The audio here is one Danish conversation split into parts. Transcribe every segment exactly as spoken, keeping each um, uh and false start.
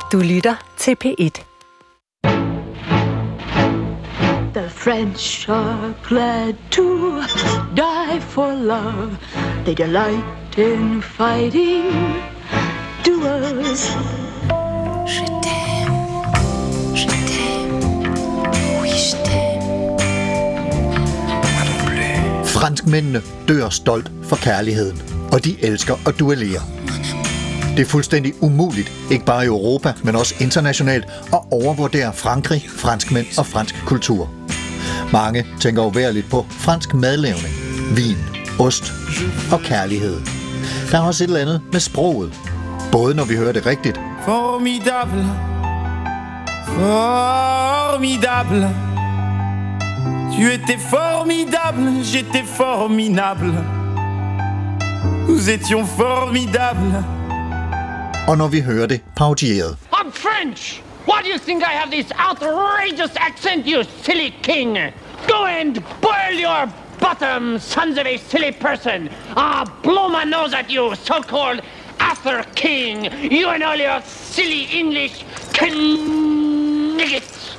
Du lytter til P et. The French are glad to die for love. They delight in fighting duels. Je t'aime, je t'aime, oui je t'aime. Franskmændene dør stolt for kærligheden, og de elsker at duellere. Det er fuldstændig umuligt, ikke bare i Europa, men også internationalt, at overvurdere Frankrig, franskmænd og fransk kultur. Mange tænker uværligt på fransk madlavning, vin, ost og kærlighed. Der er også et eller andet med sproget, både når vi hører det rigtigt, Formidable, formidable. Tu étais formidable, j'étais formidable. Nous étions formidables. og når vi hører det parodieret. I'm French! Why do you think I have this outrageous accent, you silly king? Go and boil your bottom, sons of a silly person! I'll blow my nose at you, so-called Arthur King! You and all your silly English kniggets!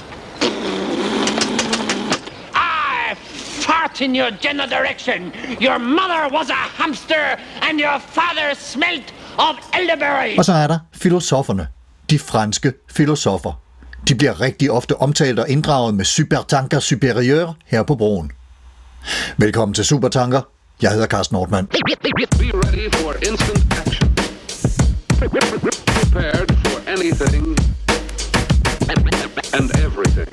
I fart in your general direction! Your mother was a hamster, and your father smelt of elderberry! Og så er der filosoferne. De franske filosofer. De bliver rigtig ofte omtalt og inddraget med supertanker superieur her på broen. Velkommen til Supertanker. Jeg hedder Carsten Ortmann. Be ready for instant action. Prepared for anything and everything.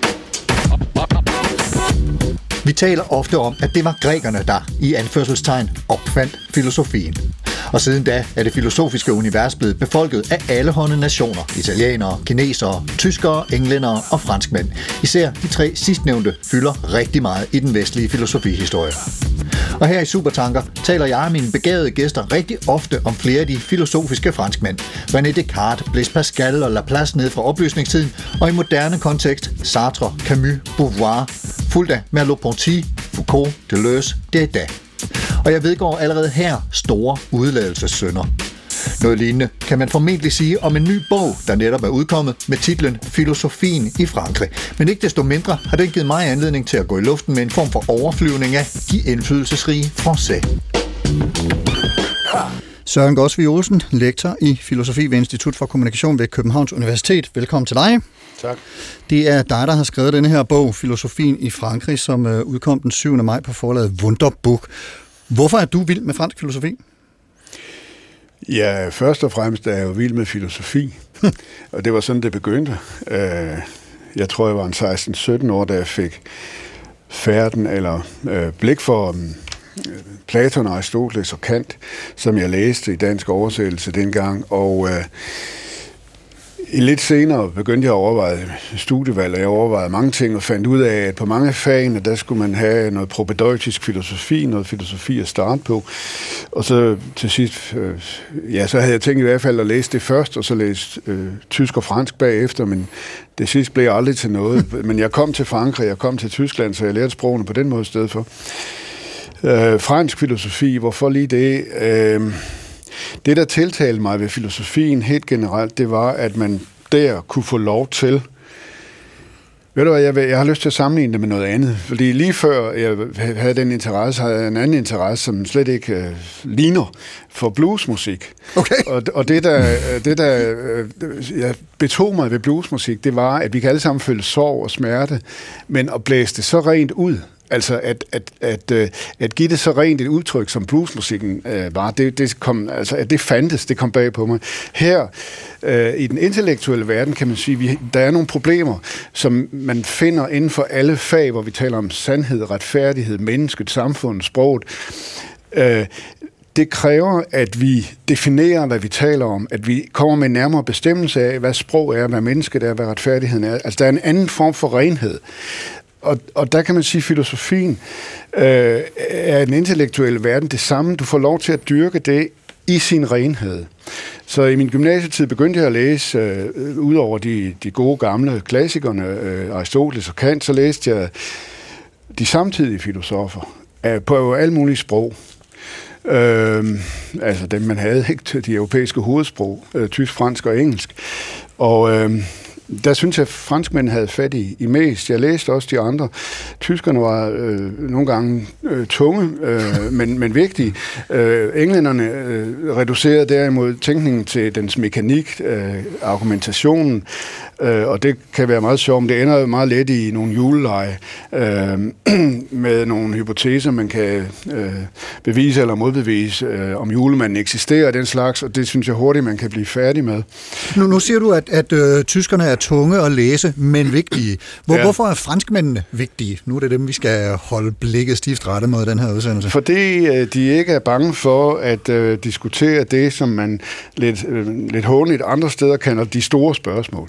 Vi taler ofte om, at det var grækerne, der i anførselstegn opfandt filosofien. Og siden da er det filosofiske univers blevet befolket af allehånde nationer. Italienere, kinesere, tyskere, englændere og franskmænd. Især de tre sidstnævnte fylder rigtig meget i den vestlige filosofihistorie. Og her i Supertanker taler jeg og mine begavede gæster rigtig ofte om flere af de filosofiske franskmænd. René Descartes, Blaise Pascal og Laplace ned fra oplysningstiden, og i moderne kontekst Sartre, Camus, Beauvoir, fuldt af Merleau-Ponty, Foucault, Deleuze, Derrida. Og jeg vedgår allerede her store udladelsessynder. Noget lignende kan man formentlig sige om en ny bog, der netop er udkommet med titlen Filosofien i Frankrig. Men ikke desto mindre har den givet mig anledning til at gå i luften med en form for overflyvning af de indflydelsesrige français. Søren Gosvig Olsen, lektor i filosofi ved Institut for Kommunikation ved Københavns Universitet. Velkommen til dig. Tak. Det er dig, der har skrevet denne her bog, Filosofien i Frankrig, som udkom den syvende maj på forlaget Wunderbook. Hvorfor er du vild med fransk filosofi? Ja, først og fremmest er jeg jo vild med filosofi, og det var sådan, det begyndte. Jeg tror, jeg var en seksten sytten år, da jeg fik færden eller øh, blik for Platon, Aristoteles og Kant, som jeg læste i dansk oversættelse dengang, og øh, lidt senere begyndte jeg at overveje studievalg, og jeg overvejede mange ting og fandt ud af, at på mange fagene, der skulle man have noget propedeutisk filosofi, noget filosofi at starte på. Og så til sidst, øh, ja, så havde jeg tænkt i hvert fald at læse det først, og så læse øh, tysk og fransk bagefter, men det sidste blev aldrig til noget. Men jeg kom til Frankrig, jeg kom til Tyskland, så jeg lærte sprogene på den måde i stedet for. Øh, fransk filosofi, hvorfor lige det? Øh, Det, der tiltalte mig ved filosofien helt generelt, det var, at man der kunne få lov til. Ved du hvad, jeg, jeg har lyst til at sammenligne det med noget andet. Fordi lige før jeg havde den interesse, havde jeg en anden interesse, som slet ikke øh, ligner for bluesmusik. Okay. Og, og det, der, det, der øh, jeg betog mig ved bluesmusik, det var, at vi kan alle sammen føle sorg og smerte, men at blæse det så rent ud, altså at, at, at, at give det så rent et udtryk, som bluesmusikken øh, var, det, det, kom, altså, at det fandtes, det kom bag på mig. Her øh, i den intellektuelle verden kan man sige, vi, der er nogle problemer, som man finder inden for alle fag, hvor vi taler om sandhed, retfærdighed, mennesket, samfund, sproget. Øh, Det kræver, at vi definerer, hvad vi taler om, at vi kommer med en nærmere bestemmelse af, hvad sprog er, hvad mennesket er, hvad retfærdigheden er. Altså, der er en anden form for renhed. Og, og der kan man sige, at filosofien øh, er den intellektuelle verden det samme. Du får lov til at dyrke det i sin renhed. Så i min gymnasietid begyndte jeg at læse, øh, ud over de, de gode gamle klassikerne, øh, Aristoteles og Kant, så læste jeg de samtidige filosofer øh, på alle mulige sprog. Øh, altså dem, man havde, ikke, de europæiske hovedsprog, øh, tysk, fransk og engelsk. Og øh, der synes jeg, at franskmænd havde fat i, i mest. Jeg læste også de andre. Tyskerne var øh, nogle gange øh, tunge, øh, men, men vigtige. Øh, englænderne øh, reducerede derimod tænkningen til dens mekanik, øh, argumentationen, øh, og det kan være meget sjovt, men det ender jo meget let i nogle juleleje øh, med nogle hypoteser, man kan øh, bevise eller modbevise, øh, om julemanden eksisterer og den slags, og det synes jeg hurtigt, man kan blive færdig med. Nu, nu siger du, at, at øh, tyskerne er tunge at læse, men vigtige. Hvor, ja. Hvorfor er franskmændene vigtige? Nu er det dem, vi skal holde blikket stift rettet mod den her udsendelse. Fordi øh, de ikke er bange for at øh, diskutere det, som man lidt, øh, lidt hånligt andre steder kalder de store spørgsmål.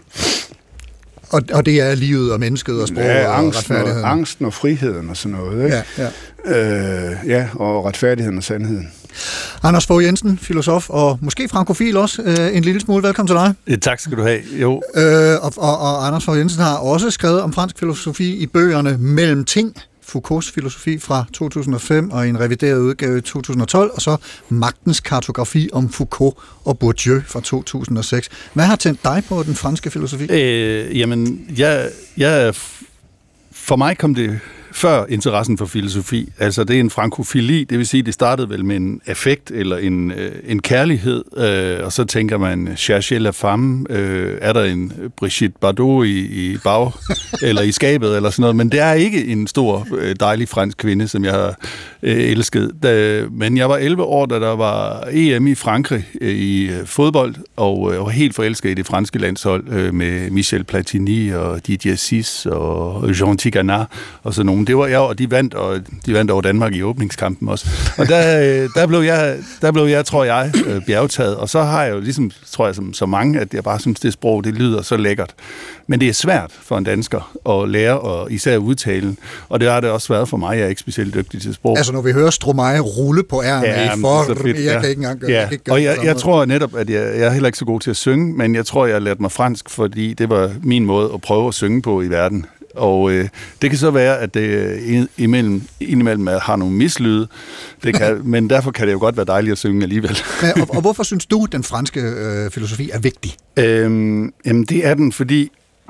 Og, og det er livet og mennesket og sproget ja, og angsten retfærdigheden. Og, angsten og friheden og sådan noget. Ikke? Ja, ja. Øh, ja, og retfærdigheden og sandheden. Anders Fogh Jensen, filosof og måske frankofil også, øh, en lille smule. Velkommen til dig. Ja, tak skal du have. Jo. Øh, og, og, og Anders Fogh Jensen har også skrevet om fransk filosofi i bøgerne Mellem Ting, Foucaults filosofi fra to tusind og fem og en revideret udgave i to tusind og tolv, og så Magtens kartografi om Foucault og Bourdieu fra to tusind og seks. Hvad har tændt dig på den franske filosofi? Øh, jamen, jeg, jeg, for mig kom det før interessen for filosofi. Altså, det er en frankofili, det vil sige, det startede vel med en affekt eller en, øh, en kærlighed, øh, og så tænker man, chercher la femme, øh, er der en Brigitte Bardot i, i bag, eller i skabet, eller sådan noget, men det er ikke en stor, øh, dejlig fransk kvinde, som jeg har øh, elsket. Da, men jeg var elleve år, da der var E M i Frankrig øh, i fodbold, og jeg øh, var helt forelsket i det franske landshold, øh, med Michel Platini og Didier Sis og Jean Tigana og sådan nogle. Det var jeg, og de vandt, og de vandt over Danmark i åbningskampen også. Og der, der, blev, jeg, der blev jeg, tror jeg, bjergtaget. Og så har jeg jo ligesom, tror jeg, som så mange, at jeg bare synes, det sprog, det lyder så lækkert. Men det er svært for en dansker at lære, og især udtale. Og det har det også været for mig. Jeg er ikke specielt dygtig til sprog. Altså, når vi hører Stromae rulle på ærmet ja, i for, fedt, jeg ja. kan ikke engang gøre, ja. jeg kan ikke gøre og jeg, jeg, jeg tror netop, at jeg, jeg er heller ikke så god til at synge, men jeg tror, jeg har lært mig fransk, fordi det var min måde at prøve at synge på i verden. Og øh, det kan så være, at det imellem, indimellem har nogle mislyde, det kan, men derfor kan det jo godt være dejligt at synge alligevel. Ja, og, og hvorfor synes du, den franske øh, filosofi er vigtig? Øhm, jamen, det er den, fordi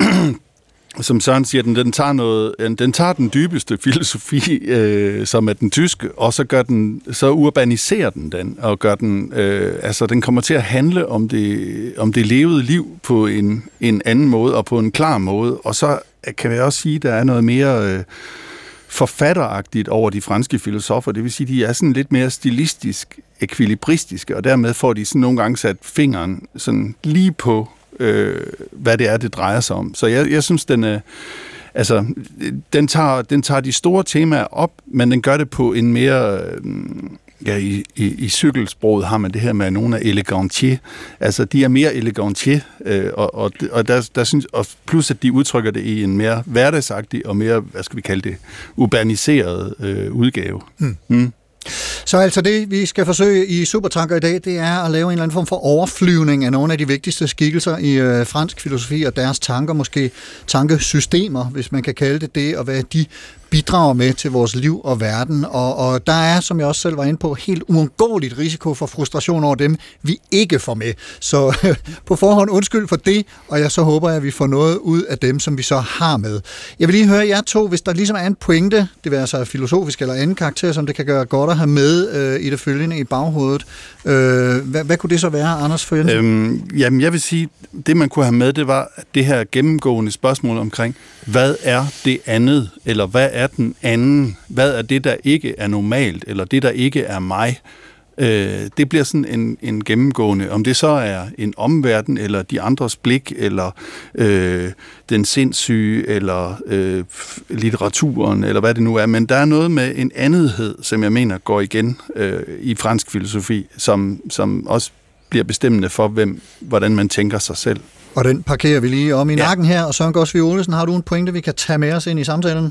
som Søren siger, den, den, tager noget, den tager den dybeste filosofi, øh, som er den tyske, og så gør den, så urbaniserer den den, og gør den, øh, altså den kommer til at handle om det, om det levede liv på en, en anden måde, og på en klar måde, og så kan jeg også sige, at der er noget mere øh, forfatteragtigt over de franske filosofer, det vil sige, de er sådan lidt mere stilistisk, ekvilibristiske, og dermed får de sådan nogle gange sat fingeren sådan lige på, Øh, hvad det er, det drejer sig om. Så jeg, jeg synes, den er, altså, den tager, den tager de store temaer op, men den gør det på en mere, øh, ja, i, i, i cykelsproget har man det her med, at nogle er elegantier. Altså, de er mere elegantier, øh, og, og, og, der, der synes, og plus, at de udtrykker det i en mere hverdagsagtig og mere, hvad skal vi kalde det, urbaniseret øh, udgave. Mm. Mm. Så altså det, vi skal forsøge i Supertanker i dag, det er at lave en eller anden form for overflyvning af nogle af de vigtigste skikkelser i øh, fransk filosofi og deres tanker, måske tankesystemer, hvis man kan kalde det det, og hvad de bidrager med til vores liv og verden. Og, og der er, som jeg også selv var inde på, helt uundgåeligt risiko for frustration over dem, vi ikke får med. Så øh, på forhånd undskyld for det, og jeg så håber, at vi får noget ud af dem, som vi så har med. Jeg vil lige høre jer to, hvis der ligesom er en pointe, det vil være så filosofisk eller anden karakter, som det kan gøre godt at have med øh, i det følgende i baghovedet. Øh, hvad, hvad kunne det så være, Anders Fogh Jensen? Øhm, jamen, jeg vil sige, det man kunne have med, det var det her gennemgående spørgsmål omkring, hvad er det andet, eller hvad er den anden? Hvad er det, der ikke er normalt, eller det, der ikke er mig? Øh, det bliver sådan en, en gennemgående, om det så er en omverden, eller de andres blik, eller øh, den sindssyge, eller øh, litteraturen, eller hvad det nu er. Men der er noget med en andethed, som jeg mener går igen øh, i fransk filosofi, som, som også bliver bestemmende for, hvem, hvordan man tænker sig selv. Og den parkerer vi lige om i nakken her, og Søren Gosvig Olesen, har du en pointe, vi kan tage med os ind i samtalen?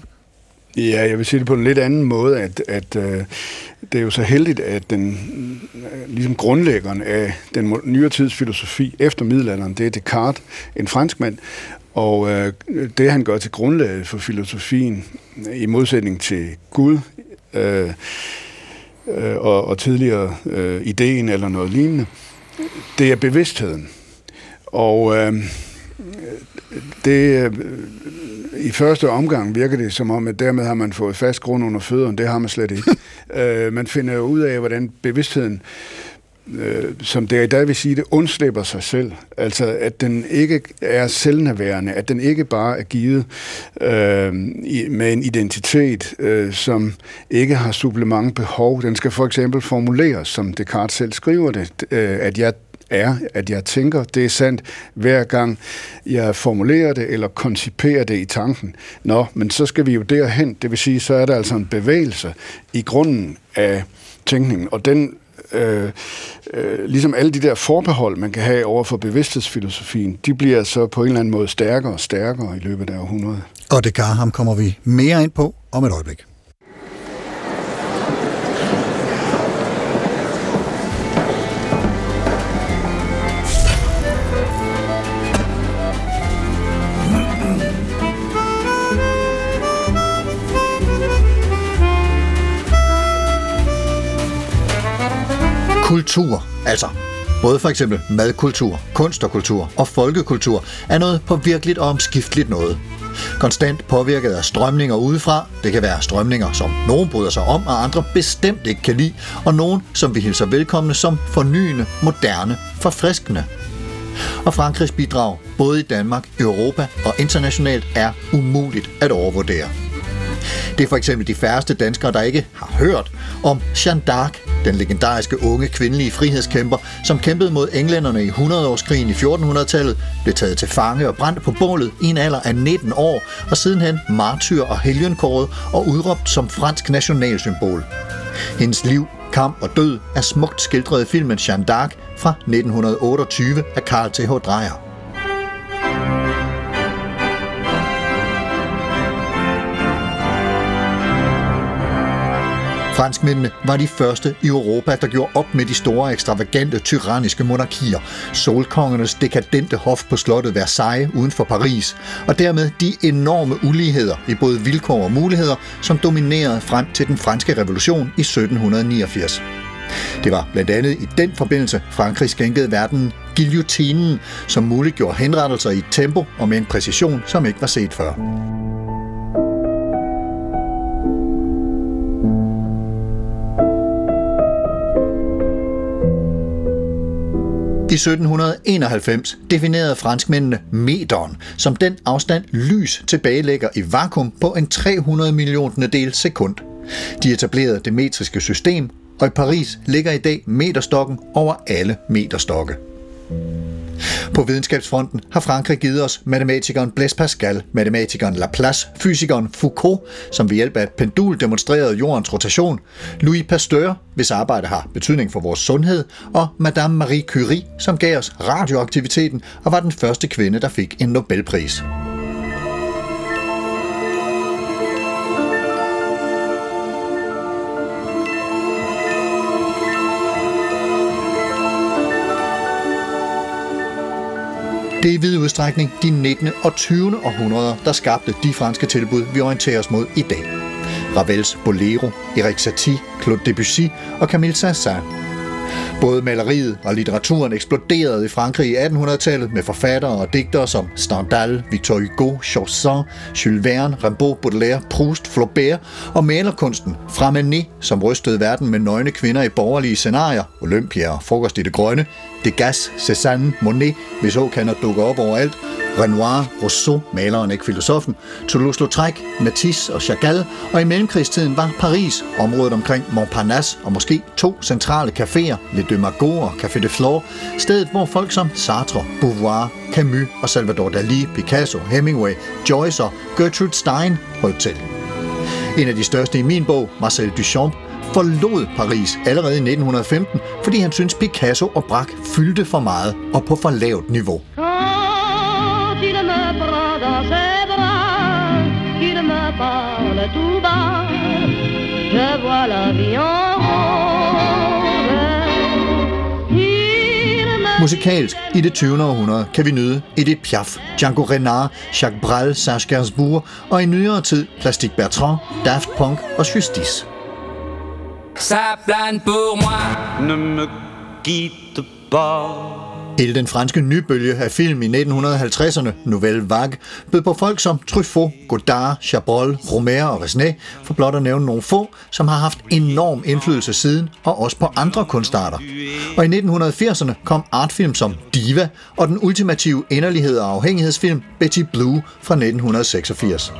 Ja, jeg vil sige det på en lidt anden måde, at, at øh, det er jo så heldigt, at den øh, ligesom grundlæggeren af den nyere tids filosofi efter middelalderen, det er Descartes, en franskmand, og øh, det han gør til grundlag for filosofien, i modsætning til Gud, øh, øh, og, og tidligere øh, ideen eller noget lignende. Det er bevidstheden. Og øh, det, øh, i første omgang virker det som om, at dermed har man fået fast grund under fødderne. Det har man slet ikke. øh, man finder ud af, hvordan bevidstheden, øh, som det i dag vil sige, det undslipper sig selv. Altså, at den ikke er selvnærværende, at den ikke bare er givet øh, i, med en identitet, øh, som ikke har supplementbehov. Den skal for eksempel formuleres, som Descartes selv skriver det, øh, at jeg er, at jeg tænker, det er sandt, hver gang jeg formulerer det, eller konciperer det i tanken. Nå, men så skal vi jo derhen, det vil sige, så er der altså en bevægelse i grunden af tænkningen, og den, øh, øh, ligesom alle de der forbehold, man kan have over for bevidsthedsfilosofien, de bliver så på en eller anden måde stærkere og stærkere i løbet af århundredet. Og Descartes, ham kommer vi mere ind på om et øjeblik. Kultur, altså både for eksempel madkultur, kunst og kultur og folkekultur, er noget påvirkeligt og omskifteligt noget. Konstant påvirket af strømninger udefra. Det kan være strømninger, som nogen bryder sig om, og andre bestemt ikke kan lide, og nogen, som vi hilser velkomne som fornyende, moderne, forfriskende. Og Frankrigs bidrag, både i Danmark, Europa og internationalt, er umuligt at overvurdere. Det er for eksempel de færreste danskere, der ikke har hørt om Jeanne d'Arc, den legendariske unge kvindelige frihedskæmper, som kæmpede mod englænderne i hundredårskrigen i fjortenhundredetallet, blev taget til fange og brændt på bålet i en alder af nitten år, og sidenhen martyr og helgenkåret og udråbt som fransk nationalsymbol. Hendes liv, kamp og død er smukt skildret i filmen Jeanne d'Arc fra nitten otteogtyve af Carl T H. Dreyer. Franskmændene var de første i Europa, der gjorde op med de store, ekstravagante, tyranniske monarkier, solkongernes dekadente hof på slottet Versailles uden for Paris, og dermed de enorme uligheder i både vilkår og muligheder, som dominerede frem til den franske revolution i sytten niogfirs. Det var blandt andet i den forbindelse, Frankrig skænkede verden guillotinen, som muliggjorde henrettelser i et tempo og med en præcision, som ikke var set før. I sytten enoghalvfems definerede franskmændene meteren som den afstand lys tilbagelægger i vakuum på en tre hundrede millioner del sekund. De etablerede det metriske system, og i Paris ligger i dag meterstokken over alle meterstokke. På videnskabsfronten har Frankrig givet os matematikeren Blaise Pascal, matematikeren Laplace, fysikeren Foucault, som ved hjælp af et pendul demonstrerede jordens rotation, Louis Pasteur, hvis arbejde har betydning for vores sundhed, og Madame Marie Curie, som gav os radioaktiviteten og var den første kvinde, der fik en Nobelpris. Det er i vid udstrækning de nittende og tyvende århundreder, der skabte de franske tilbud, vi orienterer os mod i dag. Ravels Bolero, Erik Satie, Claude Debussy og Camille Saint-Saëns. Både maleriet og litteraturen eksploderede i Frankrig i attenhundredetallet med forfattere og digtere som Stendhal, Victor Hugo, Chaucer, Jules Verne, Rimbaud, Baudelaire, Proust, Flaubert, og malerkunsten fra Manet, som rystede verden med nøgne kvinder i borgerlige scenarier, Olympia og Frokost i det grønne, Degas, Cézanne, Monet, hvis åkander dukker op overalt, Renoir, Rousseau, maleren ikke filosofen, Toulouse-Lautrec, Matisse og Chagall, og i mellemkrigstiden var Paris, området omkring Montparnasse og måske to centrale caféer, Le Deux Magots og Café de Flore, stedet hvor folk som Sartre, Beauvoir, Camus og Salvador Dalí, Picasso, Hemingway, Joyce og Gertrude Stein holdt til. En af de største i min bog, Marcel Duchamp, forlod Paris allerede i nitten femten, fordi han syntes Picasso og Braque fyldte for meget og på for lavt niveau. Musikalsk i det tyvende århundrede kan vi nyde Edith Piaf, Django Reinhardt, Jacques Brel, Serge Gainsbourg og i nyere tid Plastic Bertrand, Daft Punk og Justice. ça plane pour moi. Ne me quitte pas. Hele den franske nybølge af film i nitten halvtredserne, Nouvelle Vague, bød på folk som Truffaut, Godard, Chabrol, Romer og Resnais, for blot at nævne nogle få, som har haft enorm indflydelse siden, og også på andre kunstarter. Og i nitten firserne kom artfilm som Diva og den ultimative inderlighed og afhængighedsfilm Betty Blue fra nitten seksogfirs.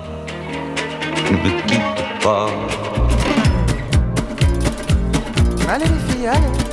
Allez les filles, allez.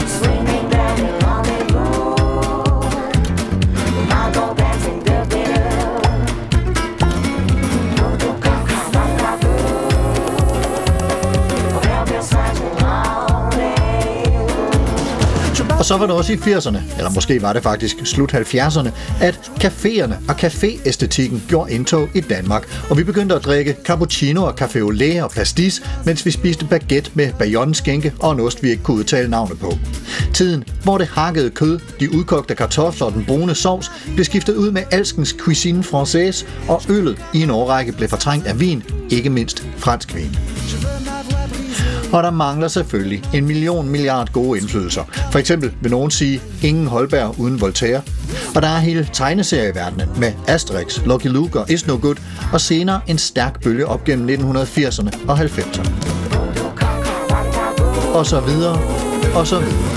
Og så var det også i firserne, eller måske var det faktisk slut halvfjerdserne, at caféerne og caféæstetikken gjorde indtog i Danmark, og vi begyndte at drikke cappuccino og café au lait og pastis, mens vi spiste baguette med bayonne-skænke og en ost, vi ikke kunne udtale navnet på. Tiden, hvor det hakkede kød, de udkogte kartofler og den brune sovs blev skiftet ud med alskens cuisine française, og øllet i en årrække blev fortrængt af vin, ikke mindst fransk vin. Og der mangler selvfølgelig en million milliard gode indflydelser. For eksempel vil nogen sige, ingen Holberg uden Voltaire. Og der er hele tegneserieverdenen med Asterix, Lucky Luke og Is No Good, og senere en stærk bølge op gennem nitten firserne og halvfemserne. Og så videre, og så videre.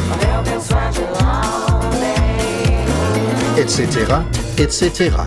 Et cetera, et cetera.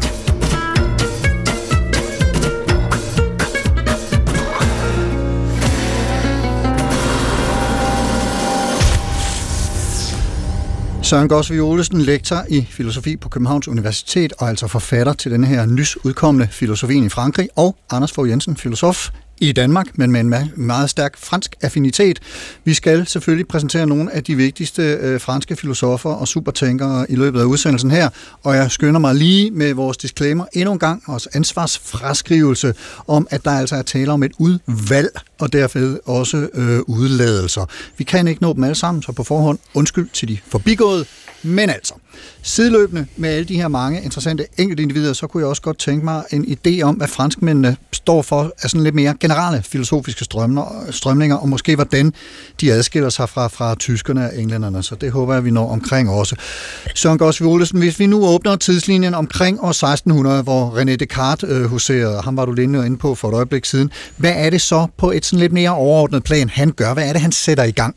Søren Gosvig Olesen, lektor i filosofi på Københavns Universitet og altså forfatter til denne her nys udkommende Filosofien i Frankrig, og Anders Fogh Jensen, filosof i Danmark, men med en meget stærk fransk affinitet. Vi skal selvfølgelig præsentere nogle af de vigtigste øh, franske filosofer og supertænkere i løbet af udsendelsen her, og jeg skynder mig lige med vores disclaimer endnu en gang, også ansvarsfraskrivelse om, at der altså er tale om et udvalg, og derfor også øh, udladelser. Vi kan ikke nå dem alle sammen, så på forhånd undskyld til de forbigåede, men altså, sideløbende med alle de her mange interessante enkeltindivider, så kunne jeg også godt tænke mig en idé om, hvad franskmændene står for af sådan lidt mere generelle filosofiske strømninger, og måske hvordan de adskiller sig fra, fra tyskerne og englænderne, så det håber jeg, vi når omkring også. Søren Gosvig Olesen, hvis vi nu åbner tidslinjen omkring år seksten hundrede, hvor René Descartes øh, huserede, og ham var du lige inde på for et øjeblik siden, hvad er det så på et sådan lidt mere overordnet plan, han gør? Hvad er det, han sætter i gang?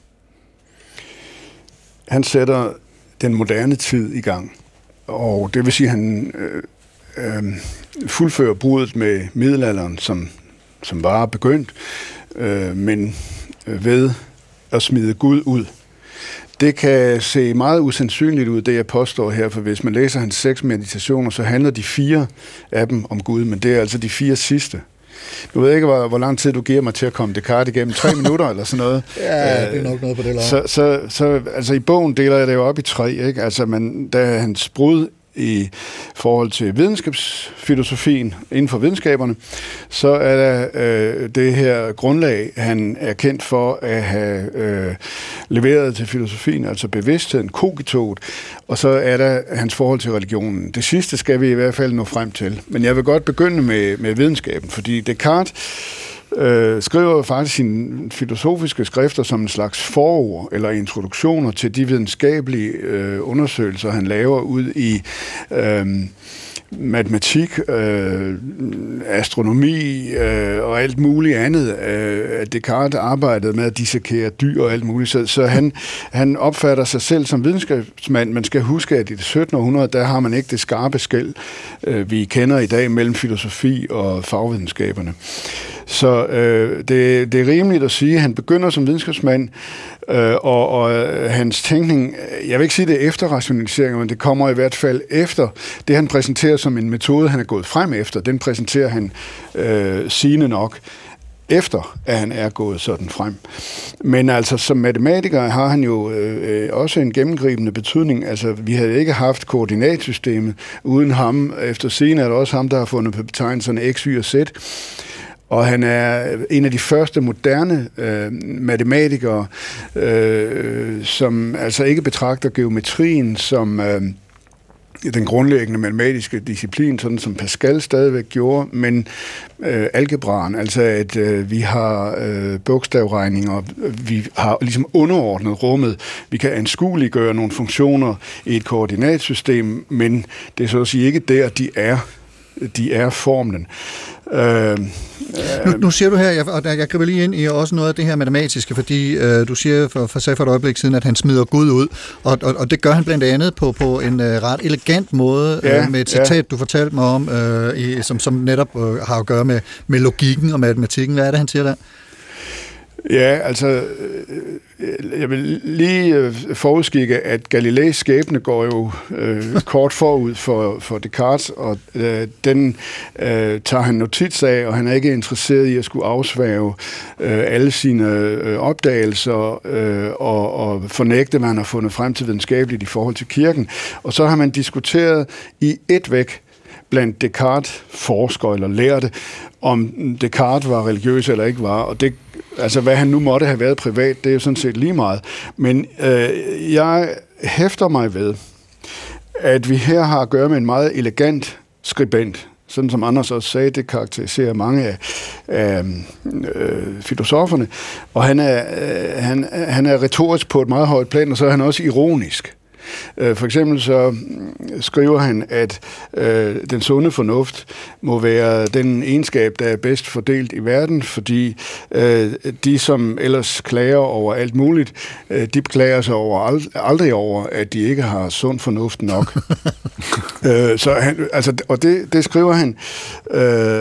Han sætter den moderne tid i gang, og det vil sige, at han øh, øh, fuldfører bruddet med middelalderen, som, som var begyndt, øh, men ved at smide Gud ud. Det kan se meget usandsynligt ud, det jeg påstår her, for hvis man læser hans seks meditationer, så handler de fire af dem om Gud, men det er altså de fire sidste. Du ved ikke, hvor, hvor lang tid du giver mig til at komme Descartes igennem. Tre minutter eller sådan noget. Ja, det er nok noget på det lov. Så, så, så altså i bogen deler jeg det jo op i tre, ikke? Altså, man, der er hans brud i forhold til videnskabsfilosofien inden for videnskaberne, så er der øh, det her grundlag, han er kendt for at have øh, leveret til filosofien, altså bevidstheden, kogitoet, og så er der hans forhold til religionen. Det sidste skal vi i hvert fald nå frem til. Men jeg vil godt begynde med, med videnskaben, fordi Descartes øh, skriver faktisk sine filosofiske skrifter som en slags forord eller introduktioner til de videnskabelige øh, undersøgelser, han laver ud i øh, matematik, øh, astronomi øh, og alt muligt andet. Øh, Descartes arbejdede med at dissekere dyr og alt muligt, så, så han, han opfatter sig selv som videnskabsmand. Man skal huske, at i det syttende århundrede, der har man ikke det skarpe skel, øh, vi kender i dag mellem filosofi og fagvidenskaberne. Så øh, det, det er rimeligt at sige, at han begynder som videnskabsmand, øh, og, og hans tænkning, jeg vil ikke sige, det er efterrationalisering, men det kommer i hvert fald efter det, han præsenterer som en metode, han er gået frem efter. Den præsenterer han øh, sigende nok efter, at han er gået sådan frem. Men altså, som matematiker har han jo øh, også en gennemgribende betydning. Altså, vi havde ikke haft koordinatsystemet uden ham. Efter sigende er det også ham, der har fundet på betegnelserne x, y og z. Og han er en af de første moderne øh, matematikere, øh, som altså ikke betragter geometrien som, øh, den grundlæggende matematiske disciplin, sådan som Pascal stadigvæk gjorde, men øh, algebraen, altså at øh, vi har øh, bogstavregninger, vi har ligesom underordnet rummet, vi kan anskueliggøre nogle funktioner i et koordinatsystem, men det er så at sige ikke der, de er, de er formlen. Øh, Nu, nu siger du her, jeg, og jeg griber lige ind i også noget af det her matematiske, fordi øh, du siger for, for, for et øjeblik siden, at han smider Gud ud, og, og, og det gør han blandt andet på, på en øh, ret elegant måde, ja, øh, med et citat, ja. du fortalte mig om, øh, i, som, som netop øh, har at gøre med, med logikken og matematikken. Hvad er det, han siger der? Ja, altså, jeg vil lige forudskikke, at Galileis skæbne går jo øh, kort forud for, for Descartes, og øh, den øh, tager han notits af, og han er ikke interesseret i at skulle afsværge øh, alle sine øh, opdagelser øh, og, og fornægte, hvad han har fundet frem til videnskabeligt i forhold til kirken. Og så har man diskuteret i et væk blandt Descartes-forskere eller lærte, om Descartes var religiøs eller ikke var, og det, altså hvad han nu måtte have været privat, det er jo sådan set lige meget. Men øh, jeg hæfter mig ved, at vi her har at gøre med en meget elegant skribent, sådan som Anders også sagde, det karakteriserer mange af, af øh, filosoferne, og han er, øh, han, han er retorisk på et meget højt plan, og så er han også ironisk. For eksempel så skriver han, at øh, den sunde fornuft må være den egenskab, der er bedst fordelt i verden, fordi øh, de, som ellers klager over alt muligt, øh, de klager sig over ald- aldrig over, at de ikke har sund fornuft nok. øh, så han, altså, og det, det skriver han øh,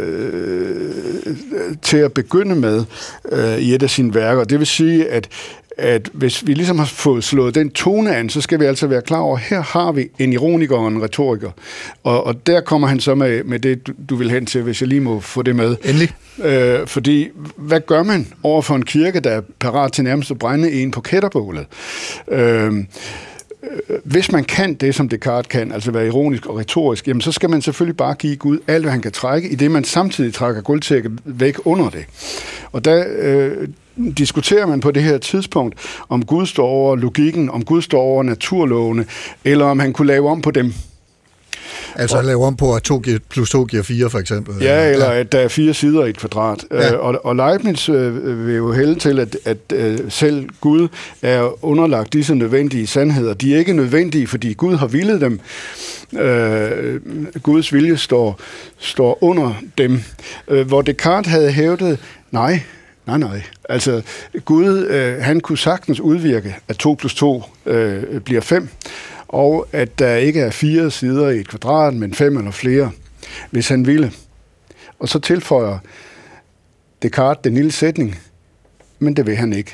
øh, til at begynde med øh, i et af sine værker. Det vil sige, at at hvis vi ligesom har fået slået den tone an, så skal vi altså være klar over, at her har vi en ironiker og en retoriker. Og, og der kommer han så med, med det, du, du vil hen til, hvis jeg lige må få det med. Endelig. Øh, fordi, hvad gør man over for en kirke, der er parat til nærmest at brænde en på kætterbålet? Øh, Hvis man kan det, som Descartes kan, altså være ironisk og retorisk, jamen så skal man selvfølgelig bare give Gud alt, hvad han kan trække, i det man samtidig trækker guldtækket væk under det. Og der øh, diskuterer man på det her tidspunkt, om Gud står over logikken, om Gud står over naturlovene, eller om han kunne lave om på dem. Altså at lave om på, at to plus to giver fire, for eksempel. Ja, eller ja. At der er fire sider i et kvadrat. Ja. Og, og Leibniz øh, vil jo hælde til, at, at øh, selv Gud er underlagt disse nødvendige sandheder. De er ikke nødvendige, fordi Gud har villet dem. Øh, Guds vilje står, står under dem. Øh, hvor Descartes havde hævdet, nej, nej, nej. Altså, Gud, øh, han kunne sagtens udvirke, at to plus to øh, bliver fem, og at der ikke er fire sider i et kvadrat, men fem eller flere, hvis han ville. Og så tilføjer Descartes den lille sætning, men det vil han ikke.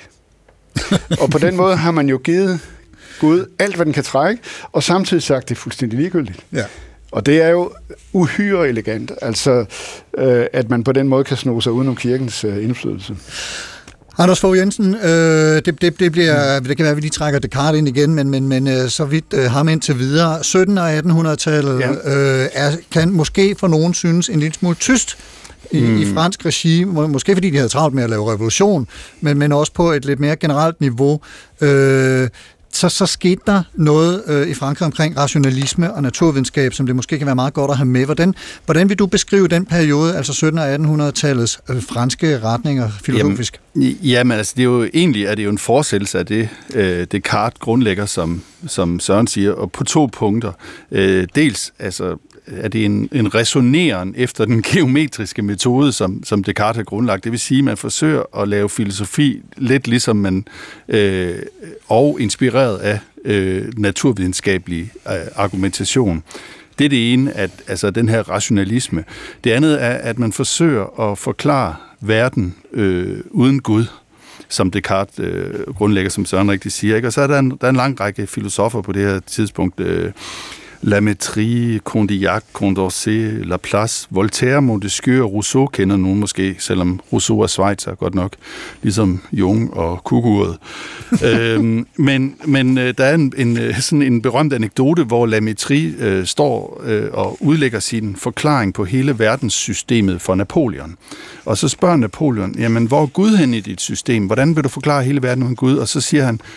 Og på den måde har man jo givet Gud alt, hvad den kan trække, og samtidig sagt, det er fuldstændig ligegyldigt. Ja. Og det er jo uhyre elegant, altså øh, at man på den måde kan sno sig udenom kirkens øh, indflydelse. Anders Fogh Jensen, øh, det, det, det, bliver, det kan være, at vi lige trækker Descartes ind igen, men, men, men øh, så vidt øh, ham indtil videre. sytten- og attenhundredetallet ja. øh, er, kan måske for nogen synes en lille smule tyst i, mm. i fransk regi, måske fordi de havde travlt med at lave revolution, men, men også på et lidt mere generelt niveau. Øh, Så, så skete der noget øh, i Frankrig omkring rationalisme og naturvidenskab, som det måske kan være meget godt at have med. Hvordan, hvordan vil du beskrive den periode, altså sytten- og attenhundredetallets øh, franske retninger filosofisk? Jamen, jamen altså, det er jo egentlig er det jo en fortsættelse af det, øh, Descartes grundlægger, som, som Søren siger, og på to punkter. Øh, dels altså, er det en, en resoneren efter den geometriske metode, som, som Descartes har grundlagt. Det vil sige, at man forsøger at lave filosofi lidt ligesom man, øh, og inspireret af øh, naturvidenskabelig øh, argumentation. Det er det ene, at altså den her rationalisme. Det andet er, at man forsøger at forklare verden øh, uden Gud, som Descartes øh, grundlægger, som Søren rigtig siger. Ikke? Og så er der en, der er en lang række filosofer på det her tidspunkt, øh, Lamétrie, Condillac, Condorcet, Laplace, Voltaire, Montesquieu og Rousseau kender nogen måske, selvom Rousseau er schweizer, godt nok, ligesom Jung og kukuret. øhm, men men øh, der er en, en, sådan en berømt anekdote, hvor Lamétrie øh, står øh, og udlægger sin forklaring på hele verdenssystemet for Napoleon. Og så spørger Napoleon, jamen hvor er Gud hen i dit system? Hvordan vil du forklare hele verden uden Gud? Og så siger han,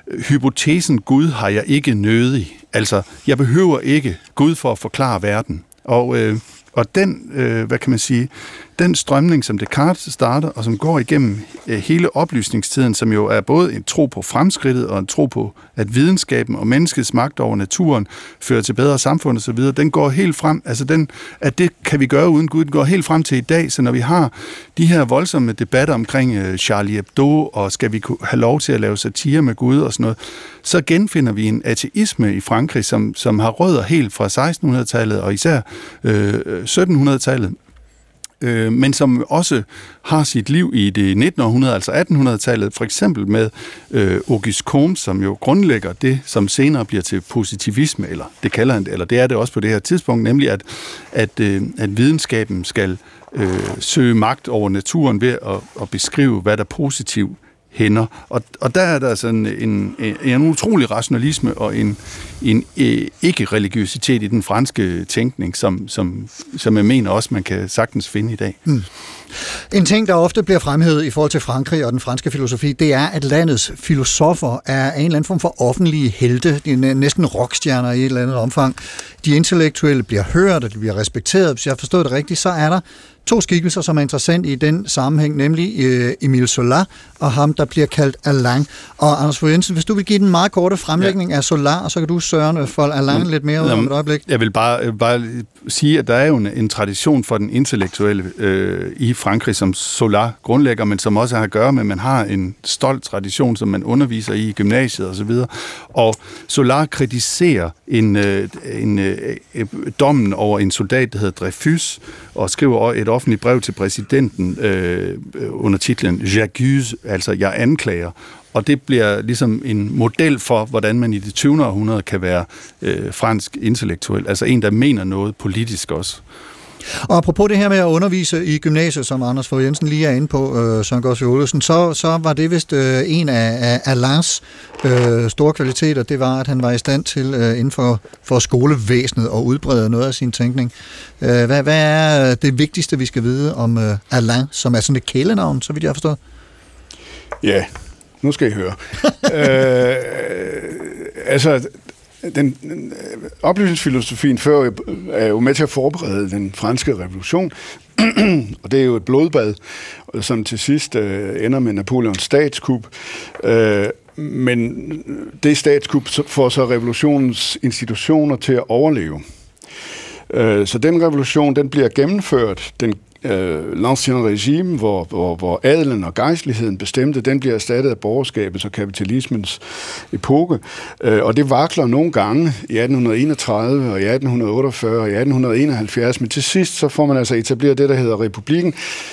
hypotesen Gud har jeg ikke nødig. Altså, jeg behøver ikke Gud for at forklare verden. Og, øh, og den, øh, hvad kan man sige, den strømning, som Descartes starter, og som går igennem øh, hele oplysningstiden, som jo er både en tro på fremskridtet, og en tro på, at videnskaben og menneskets magt over naturen fører til bedre samfund osv., den går helt frem, altså den, at det kan vi gøre uden Gud, den går helt frem til i dag, så når vi har de her voldsomme debatter omkring øh, Charlie Hebdo, og skal vi have lov til at lave satire med Gud og sådan noget, så genfinder vi en ateisme i Frankrig, som, som har rødder helt fra sekstenhundredetallet, og især øh, syttenhundredetallet, øh, men som også har sit liv i det nittenhundrede, århundrede, altså attenhundredetallet, for eksempel med øh, Auguste Comte, som jo grundlægger det, som senere bliver til positivisme, eller det kalder han det, eller det er det også på det her tidspunkt, nemlig at, at, øh, at videnskaben skal øh, søge magt over naturen ved at, at beskrive, hvad der er positivt hænder. Og, og der er der sådan en, en, en utrolig rationalisme og en, en ikke-religiøsitet i den franske tænkning, som, som, som jeg mener også, man kan sagtens finde i dag. Mm. En ting, der ofte bliver fremhævet i forhold til Frankrig og den franske filosofi, det er, at landets filosofer er en eller anden form for offentlige helte. De er næsten rockstjerner i et eller andet omfang. De intellektuelle bliver hørt, og de bliver respekteret. Hvis jeg har forstået det rigtigt, så er der to skikkelser, som er interessant i den sammenhæng, nemlig øh, Émile Zola og ham, der bliver kaldt Alain. Og Anders Fogh Jensen, hvis du vil give den meget korte fremlægning ja. af Zola, og så kan du Søren folde Alain mm. lidt mere ud om et øjeblik. Jeg vil bare, jeg vil bare sige, at der er jo en, en tradition for den intellektuelle øh, i Frankrig, som Zola grundlægger, men som også har at gøre med, at man har en stolt tradition, som man underviser i i gymnasiet osv. Og, og Zola kritiserer en, øh, en øh, dommen over en soldat, der hedder Dreyfus, og skriver et offentligt brev til præsidenten øh, under titlen J'accuse, altså jeg anklager. Og det bliver ligesom en model for, hvordan man i det tyvende århundrede kan være øh, fransk intellektuel. Altså en, der mener noget politisk også. Og apropos det her med at undervise i gymnasiet, som Anders Fogh Jensen lige er inde på, øh, Søren Gosvig Olesen, så, så var det vist øh, en af, af Alains øh, store kvaliteter, det var, at han var i stand til øh, inden for, for skolevæsenet at udbrede noget af sin tænkning. Øh, hvad, hvad er det vigtigste, vi skal vide om øh, Alain, som er sådan et kælenavn, så vidt jeg har forstået? Ja, nu skal I høre. øh, altså... Den, den oplysningsfilosofien før er jo med til at forberede den franske revolution, og det er jo et blodbad, som til sidst øh, ender med Napoleons statskup. Øh, men det statskup får så revolutionens institutioner til at overleve. Øh, så den revolution, den bliver gennemført, den l'ancien regime, hvor, hvor, hvor adelen og gejstligheden bestemte, den bliver erstattet af borgerskabets og kapitalismens epoke. Og det vakler nogle gange i atten enogtredive og i atten otteogfyrre og i atten enoghalvfjerds, men til sidst så får man altså etableret det, der hedder republikken.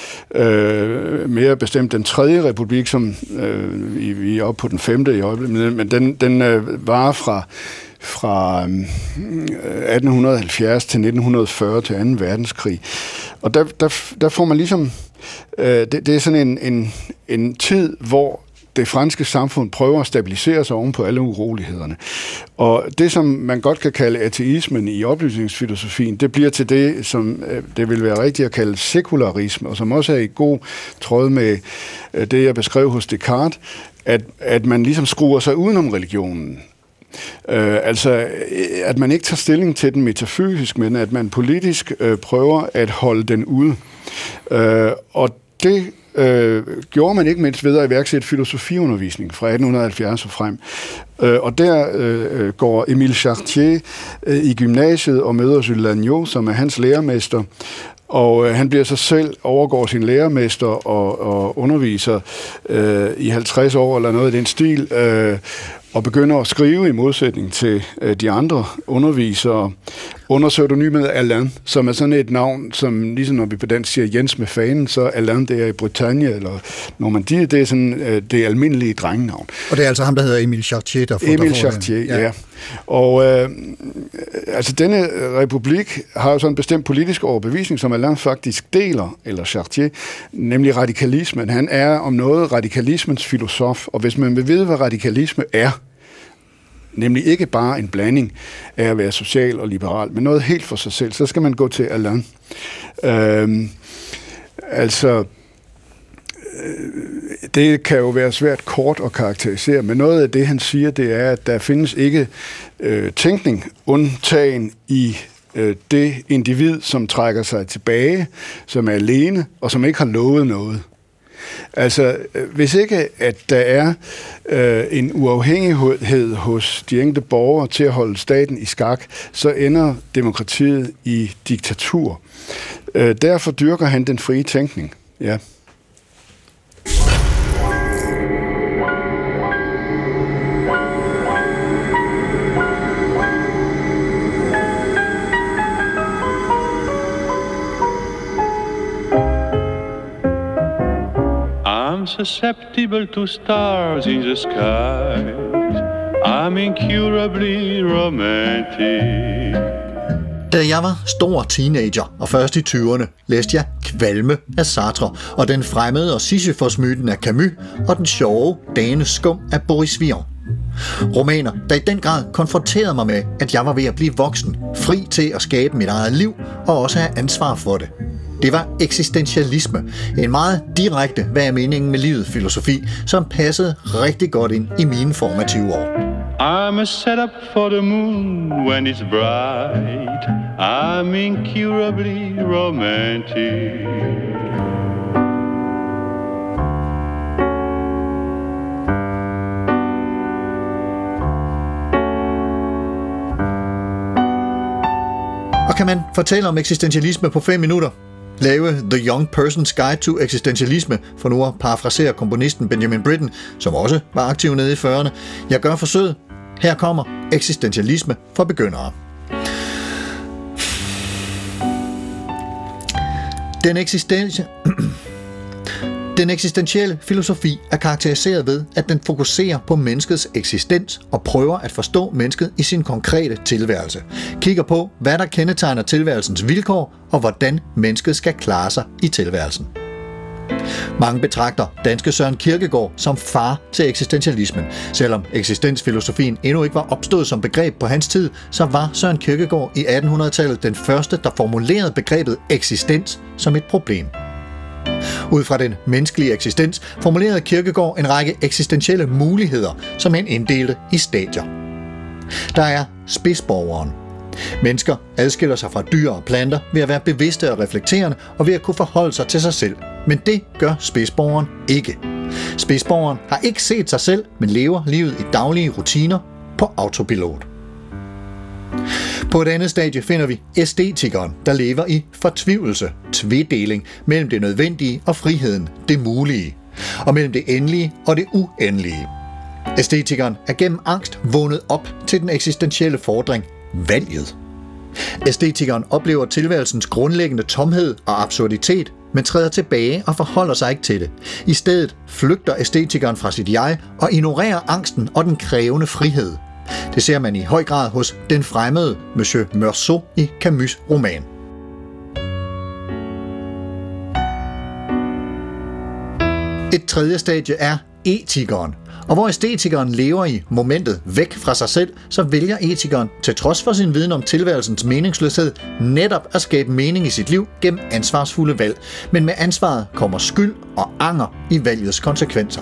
Øh, mere bestemt den tredje republik, som øh, vi er oppe på den femte i øjeblikket, men den, den øh, varer fra fra atten halvfjerds til nitten fyrre til anden verdenskrig. Og der, der, der får man ligesom, øh, det, det er sådan en, en, en tid, hvor det franske samfund prøver at stabilisere sig oven på alle urolighederne. Og det, som man godt kan kalde ateismen i oplysningsfilosofien, det bliver til det, som øh, det vil være rigtigt at kalde sekularisme, og som også er i god tråd med øh, det, jeg beskrev hos Descartes, at, at man ligesom skruer sig udenom religionen. Øh, altså, at man ikke tager stilling til den metafysisk, men at man politisk øh, prøver at holde den ude. Øh, og det øh, gjorde man ikke mindst ved at iværksætte filosofiundervisning fra atten halvfjerds og frem. Øh, og der øh, går Émile Chartier øh, i gymnasiet og møder Jules Lagneau, som er hans lærermester. Og øh, han bliver så selv, overgår sin lærermester og, og underviser øh, i halvtreds år eller noget af den stil, øh, og begynder at skrive i modsætning til øh, de andre undervisere under pseudonymet Alain, som er sådan et navn, som ligesom når vi på dansk siger Jens med fanen, så Alain, det er i Bretagne eller Normandie, det er sådan øh, det almindelige drengenavn. Og det er altså ham, der hedder Émile Chartier, der får Émile Chartier, ja. ja. Og øh, altså denne republik har jo sådan en bestemt politisk overbevisning, som Alain faktisk deler, eller Chartier, nemlig radikalismen. Han er om noget radikalismens filosof, og hvis man vil vide, hvad radikalisme er, nemlig ikke bare en blanding af at være social og liberal, men noget helt for sig selv, så skal man gå til Alain. Øh, altså Det kan jo være svært kort at karakterisere, men noget af det, han siger, det er, at der findes ikke øh, tænkning undtagen i øh, det individ, som trækker sig tilbage, som er alene og som ikke har lovet noget. Altså, hvis ikke at der er øh, en uafhængighed hos de enkelte borgere til at holde staten i skak, så ender demokratiet i diktatur. Øh, derfor dyrker han den frie tænkning. Ja. I'm susceptible to stars in the sky. I'm incurably romantic. Da jeg var stor teenager og først i tyverne, læste jeg Kvalme af Sartre og den fremmede og Sisyfos-myten af Camus og den sjove Danes skum af Boris Vian. Romaner, der i den grad konfronterede mig med, at jeg var ved at blive voksen, fri til at skabe mit eget liv og også have ansvar for det. Det var eksistentialisme, en meget direkte, hvad er meningen med livet filosofi, som passede rigtig godt ind i mine formative år. I'm a setup for the moon when it's bright. I'm incurably romantic. Og kan man fortælle om eksistentialisme på fem minutter? Lave The Young Person's Guide to Eksistentialisme, for nu at parafrasere komponisten Benjamin Britten, som også var aktiv nede i fyrrerne. Jeg gør forsøget. Her kommer eksistentialisme for begyndere. Den eksistentielle... Den eksistentielle filosofi er karakteriseret ved, at den fokuserer på menneskets eksistens og prøver at forstå mennesket i sin konkrete tilværelse. Kigger på, hvad der kendetegner tilværelsens vilkår og hvordan mennesket skal klare sig i tilværelsen. Mange betragter danske Søren Kierkegaard som far til eksistentialismen. Selvom eksistensfilosofien endnu ikke var opstået som begreb på hans tid, så var Søren Kierkegaard i attenhundredetallet den første, der formulerede begrebet eksistens som et problem. Ud fra den menneskelige eksistens formulerede Kierkegaard en række eksistentielle muligheder, som han inddelte i stadier. Der er spidsborgeren. Mennesker adskiller sig fra dyr og planter ved at være bevidste og reflekterende og ved at kunne forholde sig til sig selv. Men det gør spidsborgeren ikke. Spidsborgeren har ikke set sig selv, men lever livet i daglige rutiner på autopilot. På et andet stadie finder vi æstetikeren, der lever i fortvivlelse, tvedeling mellem det nødvendige og friheden, det mulige, og mellem det endelige og det uendelige. Æstetikeren er gennem angst vågnet op til den eksistentielle fordring, valget. Æstetikeren oplever tilværelsens grundlæggende tomhed og absurditet, men træder tilbage og forholder sig ikke til det. I stedet flygter æstetikeren fra sit jeg og ignorerer angsten og den krævende frihed. Det ser man i høj grad hos den fremmede Monsieur Meursault i Camus' roman. Et tredje stadie er etikeren, og hvor æstetikeren lever i momentet væk fra sig selv, så vælger etikeren, til trods for sin viden om tilværelsens meningsløshed, netop at skabe mening i sit liv gennem ansvarsfulde valg. Men med ansvaret kommer skyld og anger i valgets konsekvenser.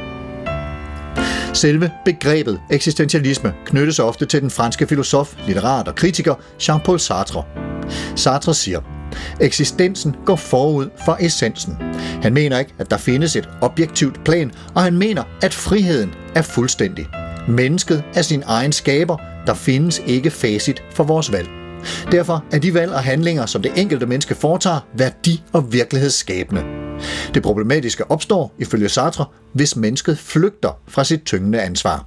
Selve begrebet eksistentialisme knyttes ofte til den franske filosof, litterat og kritiker Jean-Paul Sartre. Sartre siger, eksistensen går forud for essensen. Han mener ikke, at der findes et objektivt plan, og han mener, at friheden er fuldstændig. Mennesket er sin egen skaber, der findes ikke facit for vores valg. Derfor er de valg og handlinger, som det enkelte menneske foretager, værdi- og virkelighedsskabende. Det problematiske opstår, ifølge Sartre, hvis mennesket flygter fra sit tyngende ansvar.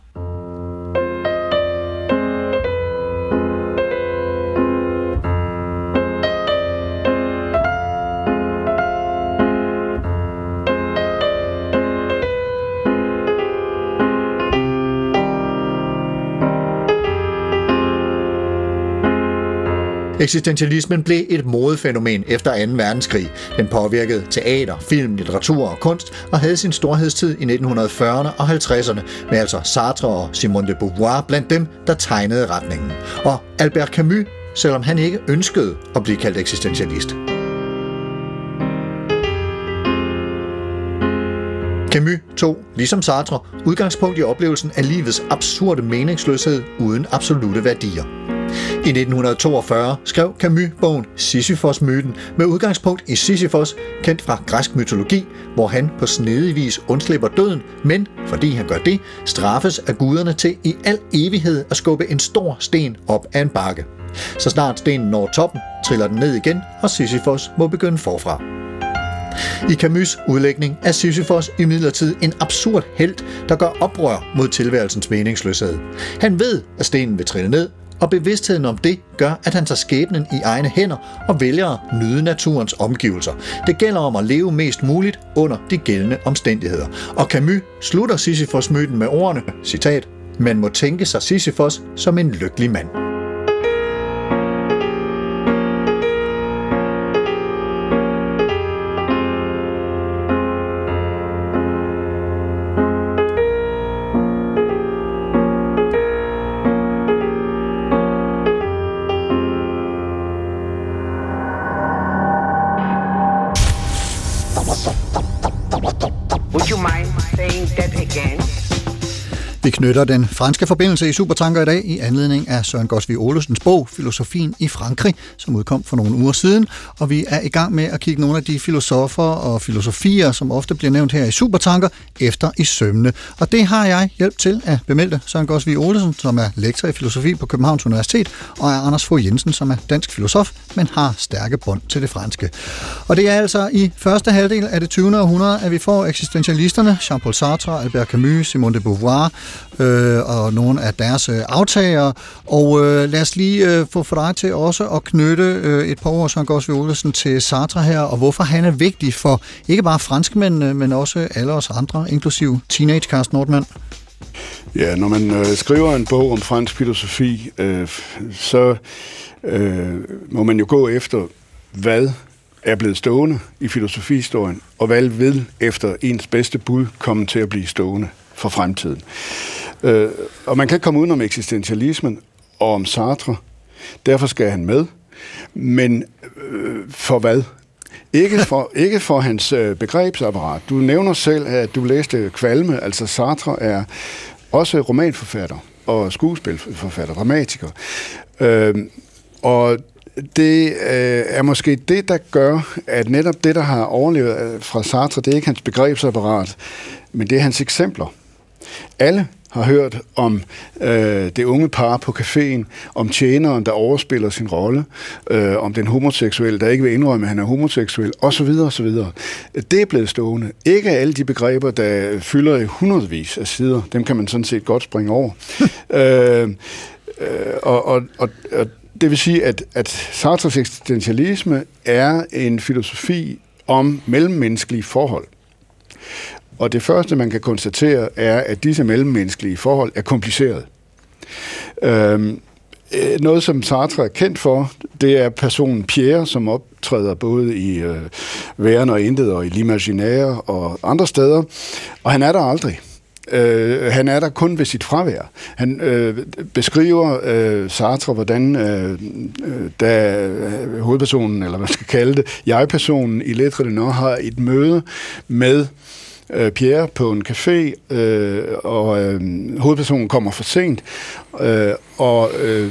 Eksistentialismen blev et modefænomen efter anden verdenskrig. Den påvirkede teater, film, litteratur og kunst og havde sin storhedstid i nitten fyrrerne og halvtredserne med altså Sartre og Simone de Beauvoir blandt dem, der tegnede retningen. Og Albert Camus, selvom han ikke ønskede at blive kaldt eksistentialist. Camus tog, ligesom Sartre, udgangspunkt i oplevelsen af livets absurde meningsløshed uden absolute værdier. I nitten toogfyrre skrev Camus bogen Sisyfos-myten med udgangspunkt i Sisyfos, kendt fra græsk mytologi, hvor han på snedig vis undslipper døden, men fordi han gør det, straffes af guderne til i al evighed at skubbe en stor sten op ad en bakke. Så snart stenen når toppen, triller den ned igen, og Sisyfos må begynde forfra. I Camus' udlægning er Sisyfos imidlertid en absurd helt, der gør oprør mod tilværelsens meningsløshed. Han ved, at stenen vil trille ned, og bevidstheden om det gør, at han tager skæbnen i egne hænder og vælger at nyde naturens omgivelser. Det gælder om at leve mest muligt under de gældende omstændigheder. Og Camus slutter Sisyfos-myten med ordene, citat, man må tænke sig Sisyfos som en lykkelig mand. Would you mind saying that again? Vi knytter den franske forbindelse i Supertanker i dag i anledning af Søren Gosvig Olesens bog Filosofien i Frankrig, som udkom for nogle uger siden, og vi er i gang med at kigge nogle af de filosofer og filosofier, som ofte bliver nævnt her i Supertanker, efter i sømne. Og det har jeg hjælp til at bemeldte Søren Gosvig Olesen, som er lektor i filosofi på Københavns Universitet, og er Anders Fogh Jensen, som er dansk filosof, men har stærke bånd til det franske. Og det er altså i første halvdel af det tyvende århundrede, at vi får eksistentialisterne, Jean-Paul Sartre, Albert Camus, Simone de Beauvoir, Øh, og nogle af deres øh, aftagere. Og øh, lad os lige øh, få for dig til også at knytte øh, et par ord, Søren Gosvig Olesen, til Sartre her, og hvorfor han er vigtig for ikke bare franskmændene, men også alle os andre, inklusive teenage Carsten Nordmann. Ja, når man øh, skriver en bog om fransk filosofi, øh, så øh, må man jo gå efter, hvad er blevet stående i filosofihistorien, og hvad vil efter ens bedste bud komme til at blive stående for fremtiden. Øh, og man kan komme udenom eksistentialismen og om Sartre. Derfor skal han med. Men øh, for hvad? Ikke for, ikke for hans øh, begrebsapparat. Du nævner selv, at du læste Kvalme. Altså Sartre er også romanforfatter og skuespilforfatter, dramatiker. Øh, og det øh, er måske det, der gør, at netop det, der har overlevet fra Sartre, det er ikke hans begrebsapparat, men det er hans eksempler. Alle har hørt om øh, det unge par på caféen, om tjeneren, der overspiller sin rolle, øh, om den homoseksuelle, der ikke vil indrømme, at han er homoseksuel, osv. osv. Det er blevet stående. Ikke alle de begreber, der fylder i hundredvis af sider, dem kan man sådan set godt springe over. øh, øh, og, og, og, og det vil sige, at, at Sartres eksistentialisme er en filosofi om mellemmenneskelige forhold. Og det første, man kan konstatere, er, at disse mellemmenneskelige forhold er komplicerede. Øhm, noget, som Sartre er kendt for, det er personen Pierre, som optræder både i øh, Væren og Intet og i L'Imaginaire og andre steder, og han er der aldrig. Øh, han er der kun ved sit fravær. Han øh, beskriver øh, Sartre, hvordan øh, da øh, hovedpersonen, eller hvad man skal kalde det, jeg-personen i Lettre de Nord har et møde med øh, Pierre på en café, øh, og øh, hovedpersonen kommer for sent, øh, og øh,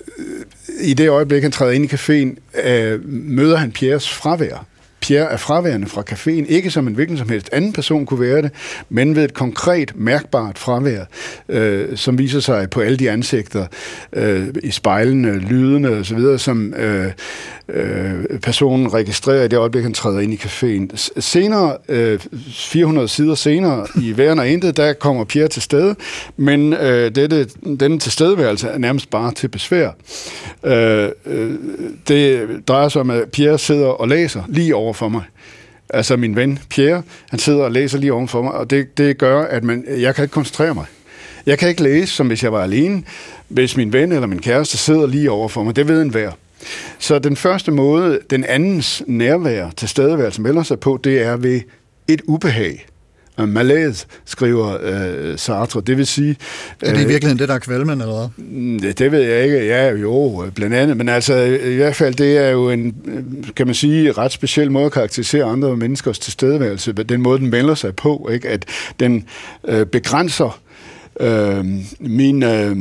i det øjeblik, han træder ind i caféen, øh, møder han Pierres fravær. Pierre er fraværende fra caféen, ikke som en hvilken som helst anden person kunne være det, men ved et konkret, mærkbart fravær, øh, som viser sig på alle de ansigter, øh, i spejlene, lydene osv., som øh, øh, personen registrerer i det øjeblik, han træder ind i caféen. Senere, øh, fire hundrede sider senere, i Væren og Intet, der kommer Pierre til stede, men øh, dette, denne tilstedeværelse er nærmest bare til besvær. Øh, øh, det drejer sig om, at Pierre sidder og læser lige over for mig. Altså min ven Pierre, han sidder og læser lige oven for mig, og det, det gør, at man, jeg kan ikke koncentrere mig. Jeg kan ikke læse, som hvis jeg var alene, hvis min ven eller min kæreste sidder lige over for mig. Det ved enhver. Så den første måde, den andens nærvær, tilstedeværelse melder sig på, det er ved et ubehag. uh, malaise, skriver uh, Sartre. Det vil sige... Er det i virkeligheden det, der er kvalmen, eller hvad? Det, det ved jeg ikke. Ja, jo, blandt andet. Men altså, i hvert fald, det er jo en, kan man sige, ret speciel måde at karakterisere andre menneskers tilstedeværelse. Den måde, den melder sig på, ikke? At den øh, begrænser øh, min øh,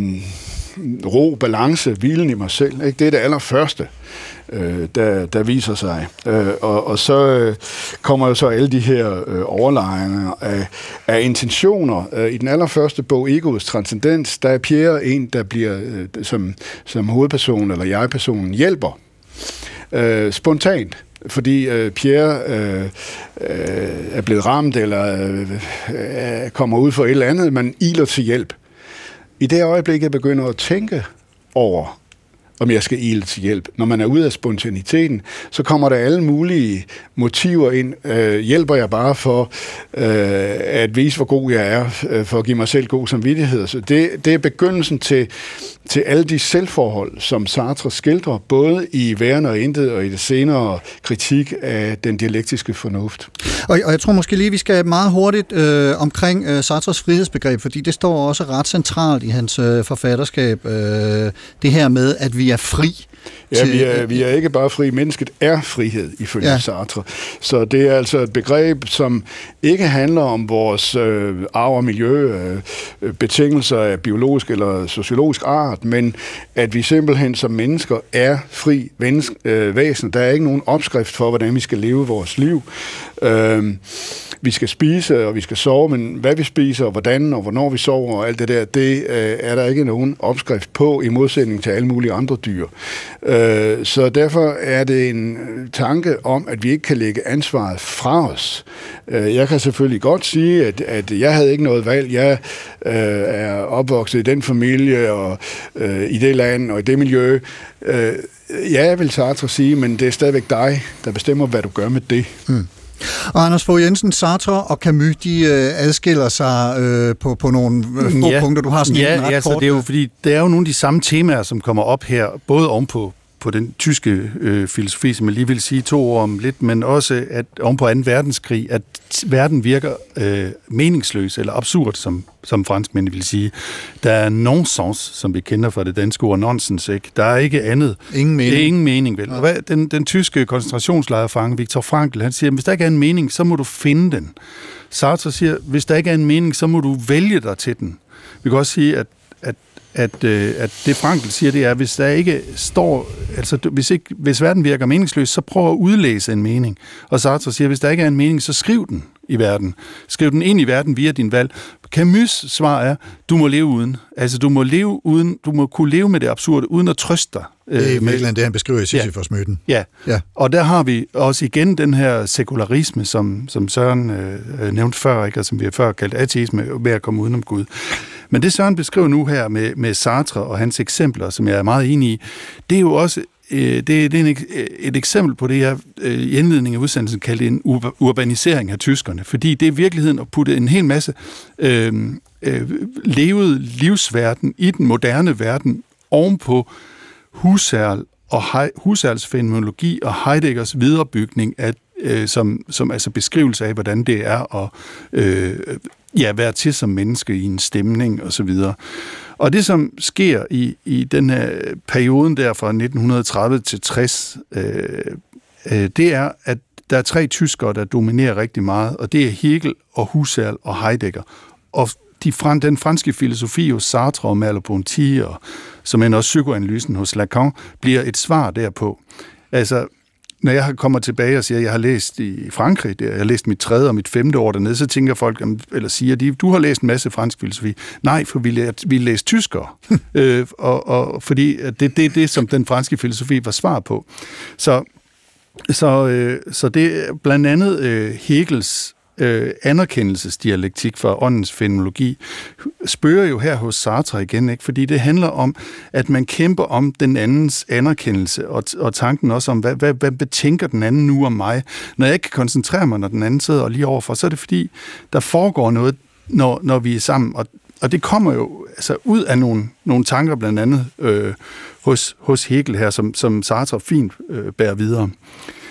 ro, balance, hvilen i mig selv. Ikke? Det er det allerførste, øh, der, der viser sig. Øh, og, og så øh, kommer jo så alle de her øh, overlejringer af, af intentioner. Øh, I den allerførste bog, Egoets Transcendens, der er Pierre en, der bliver øh, som, som hovedperson, eller jeg-personen, hjælper øh, spontant. Fordi øh, Pierre øh, øh, er blevet ramt, eller øh, øh, kommer ud for et eller andet, man iler til hjælp. I det øjeblik, jeg begynder at tænke over, om jeg skal ile til hjælp. Når man er ude af spontaniteten, så kommer der alle mulige motiver ind. Øh, hjælper jeg bare for øh, at vise, hvor god jeg er, øh, for at give mig selv god samvittighed. Så det, det er begyndelsen til, til alle de selvforhold, som Sartre skildrer, både i Væren og Intet og i det senere kritik af den dialektiske fornuft. Og, og jeg tror måske lige, vi skal meget hurtigt øh, omkring øh, Sartres frihedsbegreb, fordi det står også ret centralt i hans øh, forfatterskab. Øh, det her med, at vi er fri. Ja, vi er, vi er ikke bare fri. Mennesket er frihed, ifølge ja. Sartre. Så det er altså et begreb, som ikke handler om vores øh, arv og miljø, øh, betingelser af biologisk eller sociologisk art, men at vi simpelthen som mennesker er fri menneske, øh, væsen. Der er ikke nogen opskrift for, hvordan vi skal leve vores liv. Øh, vi skal spise, og vi skal sove, men hvad vi spiser, og hvordan, og hvornår vi sover, og alt det der, det øh, er der ikke nogen opskrift på, i modsætning til alle mulige andre dyr. Øh, så derfor er det en tanke om, at vi ikke kan lægge ansvaret fra os. Øh, jeg kan selvfølgelig godt sige, at, at jeg havde ikke noget valg. Jeg øh, er opvokset i den familie, og øh, i det land, og i det miljø. Øh, ja, jeg vil Sartre sige, men det er stadigvæk dig, der bestemmer, hvad du gør med det. Mm. Og Anders Fogh Jensen, Sartre og Camus, de øh, adskiller sig øh, på, på nogle øh, få ja. punkter. Du har sådan ja, en ret altså, kort. det er jo fordi, der er jo nogle af de samme temaer, som kommer op her, både ovenpå på den tyske øh, filosofi, som jeg lige vil sige to ord om lidt, men også at ovenpå anden verdenskrig, at verden virker øh, meningsløs eller absurd, som, som franskmændene vil sige. Der er nonsens, som vi kender fra det danske ord nonsens, ikke? Der er ikke andet. Ingen mening. Det er ingen mening, vel? Ja. Den, den tyske koncentrationslejrfange, Viktor Frankl, han siger, hvis der ikke er en mening, så må du finde den. Sartre siger, hvis der ikke er en mening, så må du vælge dig til den. Vi kan også sige, at at At, øh, at det Frankl siger, det er, hvis der ikke står, altså hvis, ikke, hvis verden virker meningsløs, så prøv at udlæse en mening. Og Sartre siger, hvis der ikke er en mening, så skriv den i verden. Skriv den ind i verden via din valg. Camus' svar er, du må leve uden. Altså du må leve uden, du må kunne leve med det absurde, uden at trøste dig. Det er virkelig det, han beskriver i Sisyfos-myten. Ja. ja, og der har vi også igen den her sekularisme, som, som Søren øh, nævnte før, ikke? Og som vi har før kaldt ateisme, ved at komme udenom Gud. Men det Søren beskriver nu her med, med Sartre og hans eksempler, som jeg er meget enig i, det er jo også øh, det, det er en, et eksempel på det, jeg øh, i indledningen af udsendelsen kaldte en ur- urbanisering af tyskerne. Fordi det er i virkeligheden at putte en hel masse øh, øh, levet livsverden i den moderne verden ovenpå Husserl og He- Husserls fænomenologi og Heideggers viderebygning af, øh, som, som altså beskrivelse af, hvordan det er at øh, ja, være til som menneske i en stemning og så videre. Og det, som sker i, i den her perioden der fra nitten tredive til tres, øh, øh, det er, at der er tre tyskere, der dominerer rigtig meget, og det er Hegel og Husserl og Heidegger. Og de, den franske filosofi hos Sartre og Merleau-Ponty, og som end også psykoanalysen hos Lacan, bliver et svar derpå. Altså, når jeg kommer tilbage og siger, at jeg har læst i Frankrig, jeg har læst mit tredje og mit femte år dernede, så tænker folk, eller siger de, du har læst en masse fransk filosofi. Nej, for vi læste, vi læste tyskere. øh, og, og, fordi det er det, det, som den franske filosofi var svar på. Så, så, øh, så det er blandt andet øh, Hegels øh, anerkendelsesdialektik for åndens fænomenologi spørger jo her hos Sartre igen, ikke? Fordi det handler om, at man kæmper om den andens anerkendelse, og, og tanken også om, hvad, hvad, hvad betænker den anden nu om mig? Når jeg ikke kan koncentrere mig, når den anden sidder og lige overfor, så er det fordi, der foregår noget, når, når vi er sammen, og, og det kommer jo altså ud af nogle, nogle tanker, blandt andet øh, hos, hos Hegel her, som, som Sartre fint øh, bærer videre.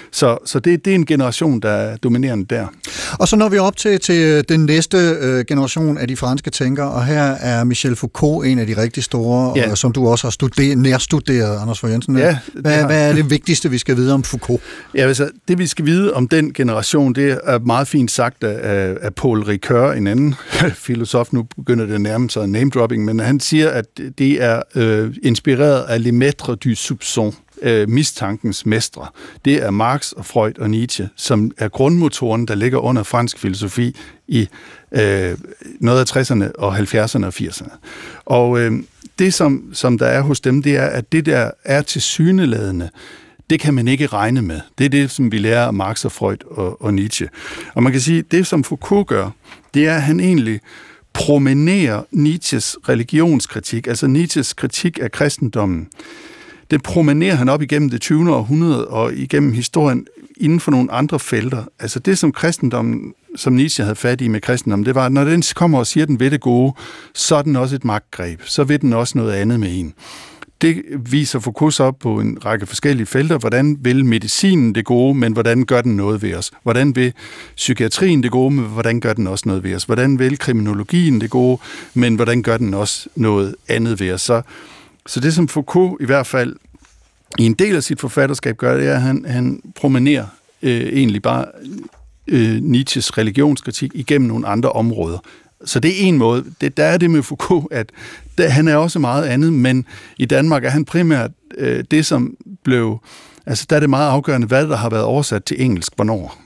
Så, så det, det er en generation, der er dominerende der. Og så når vi op til, til den næste øh, generation af de franske tænkere, og her er Michel Foucault en af de rigtig store, ja. og, som du også har studeret, nærstuderet, Anders Fogh Jensen. Ja, hvad, hvad er det vigtigste, vi skal vide om Foucault? Ja, altså, det vi skal vide om den generation, det er meget fint sagt af, af Paul Ricoeur, en anden filosof. Nu begynder det at nærme sig name-dropping, men han siger, at det er øh, inspireret af Les Maîtres du Soupçon, øh, mistankens mestre. Det er Marx og Freud og Nietzsche, som er grundmotoren, der ligger under fransk filosofi i øh, noget af tresserne og halvfjerdserne og firserne. Og øh, det, som, som der er hos dem, det er, at det der er tilsyneladende, det kan man ikke regne med. Det er det, som vi lærer af Marx og Freud og, og Nietzsche. Og man kan sige, at det, som Foucault gør, det er, at han egentlig promenerer Nietzsches religionskritik, altså Nietzsches kritik af kristendommen. Det promenerer han op igennem det tyvende århundrede og igennem historien inden for nogle andre felter. Altså det, som kristendommen, som Nietzsche havde fat i med kristendommen, det var, at når den kommer og siger, den ved det gode, så er den også et magtgreb. Så ved den også noget andet med en. Det viser Foucault så op på en række forskellige felter. Hvordan vil medicinen det gode, men hvordan gør den noget ved os? Hvordan vil psykiatrien det gode, men hvordan gør den også noget ved os? Hvordan vil kriminologien det gode, men hvordan gør den også noget andet ved os? Så, så det, som Foucault i hvert fald i en del af sit forfatterskab gør, det er, at han, han promenerer øh, egentlig bare øh, Nietzsches religionskritik igennem nogle andre områder. Så det er en måde. Det, der er det med Foucault, at der, han er også meget andet, men i Danmark er han primært øh, det, som blev... Altså, der er det meget afgørende, hvad der har været oversat til engelsk, hvornår.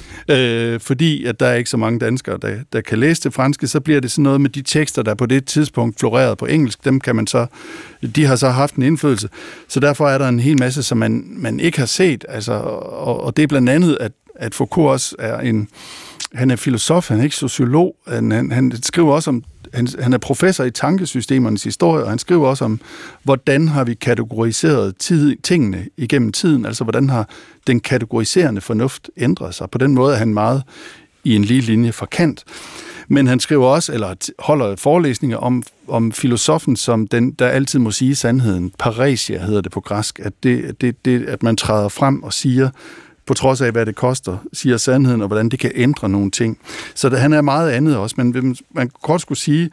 øh, fordi at der er ikke så mange danskere, der, der kan læse det franske, så bliver det sådan noget med de tekster, der på det tidspunkt florerede på engelsk, dem kan man så... De har så haft en indflydelse. Så derfor er der en hel masse, som man, man ikke har set. Altså, og, og det er blandt andet, at, at Foucault også er en... Han er filosof, han er ikke sociolog. Han, han, han skriver også om, han, han er professor i tankesystemernes historie, og han skriver også om, hvordan har vi kategoriseret tid, tingene igennem tiden, altså hvordan har den kategoriserende fornuft ændret sig. På den måde er han meget i en lige linje fra Kant. Men han skriver også, eller holder forelæsninger om, om filosofen, som den, der altid må sige sandheden. Paresia hedder det på græsk, at, det, det, det, at man træder frem og siger, på trods af, hvad det koster, siger sandheden, og hvordan det kan ændre nogle ting. Så det, han er meget andet også, men man kort skulle sige,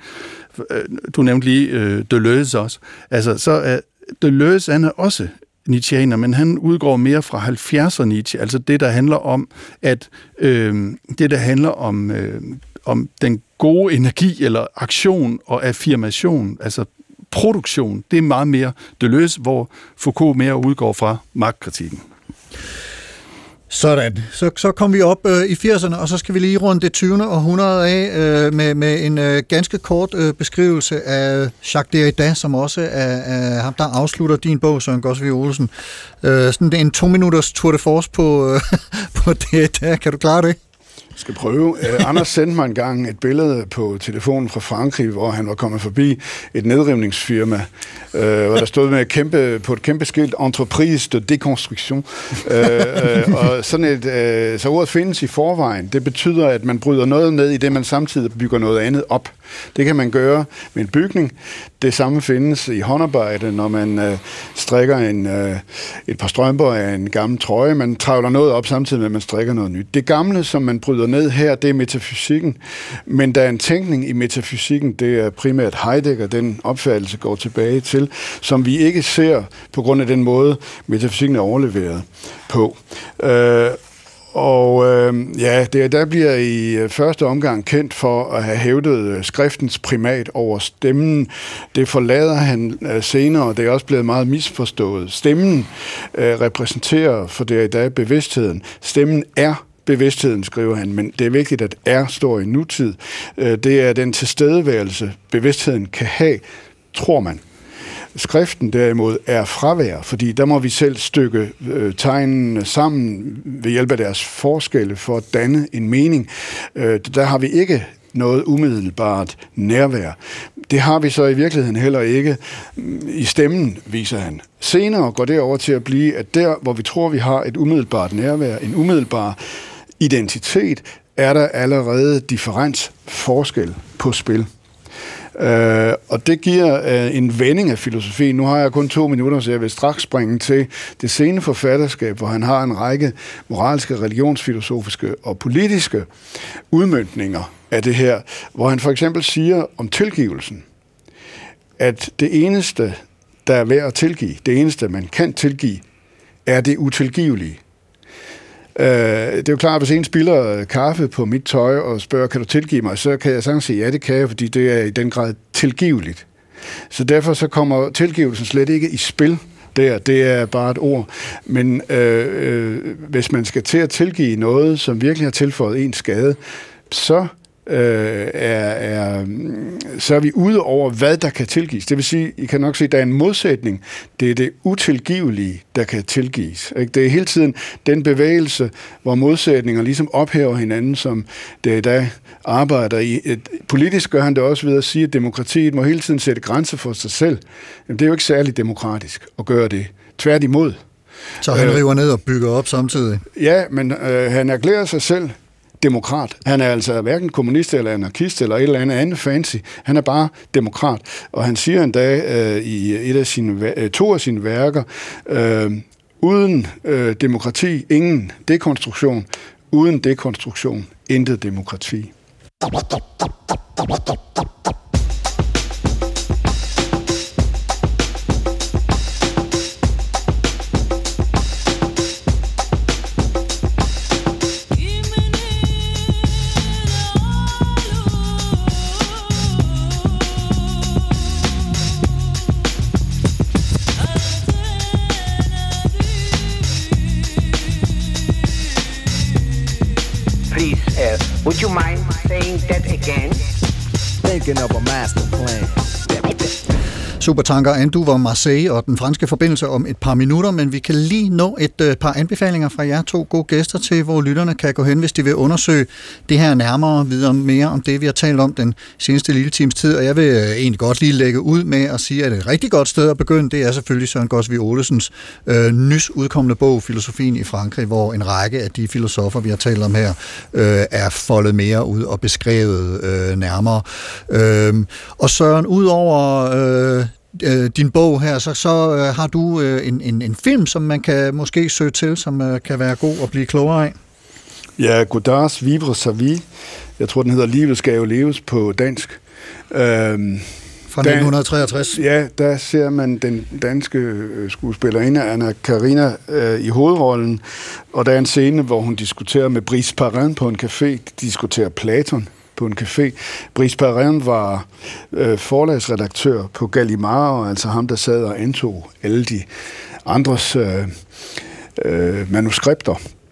du nævnte lige øh, Deleuze også, altså så er Deleuze, han er også Nietzscheaner, men han udgår mere fra halvfjerdser Nietzsche, altså det, der handler om, at øh, det, der handler om, øh, om den gode energi, eller aktion og affirmation, altså produktion, det er meget mere Deleuze, hvor Foucault mere udgår fra magtkritikken. Sådan. Så, så kom vi op øh, i firserne, og så skal vi lige runde det tyvende århundrede af øh, med, med en øh, ganske kort øh, beskrivelse af Jacques Derrida, som også er, er ham, der afslutter din bog, Søren Gosvig Olesen. Øh, sådan en to minutters tour de force på, øh, på Derrida. Kan du klare det? Jeg skal prøve. Uh, Anders sendte mig engang et billede på telefonen fra Frankrig, hvor han var kommet forbi et nedrivningsfirma, uh, hvor der stod med kæmpe, på et kæmpe skilt, Entreprise de déconstruction. Uh, uh, og sådan et, uh, så ordet findes i forvejen. Det betyder, at man bryder noget ned i det, man samtidig bygger noget andet op. Det kan man gøre med en bygning. Det samme findes i håndarbejde, når man øh, strikker en, øh, et par strømper af en gammel trøje. Man trævler noget op samtidig med, at man strikker noget nyt. Det gamle, som man bryder ned her, det er metafysikken. Men der er en tænkning i metafysikken, det er primært Heidegger, den opfattelse går tilbage til, som vi ikke ser på grund af den måde, metafysikken er overleveret på. Øh, Og øh, ja, det, der bliver i første omgang kendt for at have hævdet skriftens primat over stemmen. Det forlader han øh, senere, og det er også blevet meget misforstået. Stemmen øh, repræsenterer for det i dag bevidstheden. Stemmen er bevidstheden, skriver han, men det er vigtigt, at er står i nutid. Øh, det er den tilstedeværelse, bevidstheden kan have, tror man. Skriften derimod er fravær, fordi der må vi selv stykke øh, tegnene sammen ved hjælp af deres forskelle for at danne en mening. Øh, der har vi ikke noget umiddelbart nærvær. Det har vi så i virkeligheden heller ikke i stemmen, viser han. Senere går det over til at blive, at der, hvor vi tror, vi har et umiddelbart nærvær, en umiddelbar identitet, er der allerede differens forskel på spil. Øh, og det giver øh, en vending af filosofien. Nu har jeg kun to minutter, så jeg vil straks springe til det sene forfatterskab, hvor han har en række moralske, religionsfilosofiske og politiske udmøntninger af det her, hvor han for eksempel siger om tilgivelsen, at det eneste, der er værd at tilgive, det eneste, man kan tilgive, er det utilgivelige. Uh, det er jo klart, at hvis en spiller kaffe på mit tøj og spørger, kan du tilgive mig, så kan jeg sagtens sige, ja, det kan jeg, fordi det er i den grad tilgiveligt. Så derfor så kommer tilgivelsen slet ikke i spil der. Det er bare et ord. Men øh, øh, hvis man skal til at tilgive noget, som virkelig har tilføjet en skade, så Øh, er, er, så er vi ude over, hvad der kan tilgives. Det vil sige, I kan nok se, at der er en modsætning. Det er det utilgivelige, der kan tilgives. Ikke? Det er hele tiden den bevægelse, hvor modsætninger ligesom ophæver hinanden, som det der arbejder i. Et, politisk gør han det også ved at sige, at demokratiet må hele tiden sætte grænser for sig selv. Jamen, det er jo ikke særlig demokratisk at gøre det. Tværtimod. Så han river ned og bygger op samtidig? Ja, men øh, han erklærer sig selv demokrat. Han er altså hverken kommunist eller anarkist eller et eller andet andet fancy. Han er bare demokrat. Og han siger en dag øh, i et af sine, øh, to af sine værker, øh, uden øh, demokrati, ingen dekonstruktion. Uden dekonstruktion, intet demokrati. Would you mind saying that again? Thinking of a master plan. Supertanker, Andu var Marseille og den franske forbindelse om et par minutter, men vi kan lige nå et øh, par anbefalinger fra jer to gode gæster til, hvor lytterne kan gå hen, hvis de vil undersøge det her nærmere, videre mere om det, vi har talt om den seneste lille times tid. Og jeg vil øh, egentlig godt lige lægge ud med at sige, at et rigtig godt sted at begynde, det er selvfølgelig Søren Gosvig Olesens øh, nys udkommende bog, Filosofien i Frankrig, hvor en række af de filosofer, vi har talt om her, øh, er foldet mere ud og beskrevet øh, nærmere. Øh, og Søren, ud over øh, din bog her, så, så øh, har du øh, en, en, en film, som man kan måske søge til, som øh, kan være god at blive klogere af. Ja, Godards Vivre sa vie. Jeg tror, den hedder Livet skal jo leves på dansk. Øhm, Fra nitten treogtres. Ja, der ser man den danske skuespillerinde Anna Karina øh, i hovedrollen, og der er en scene, hvor hun diskuterer med Brice Perrin på en café. De diskuterer Platon på en café. Brice Perrin var øh, forlagsredaktør på Gallimard, altså ham, der sad og antog alle de andres øh, øh, manuskripter.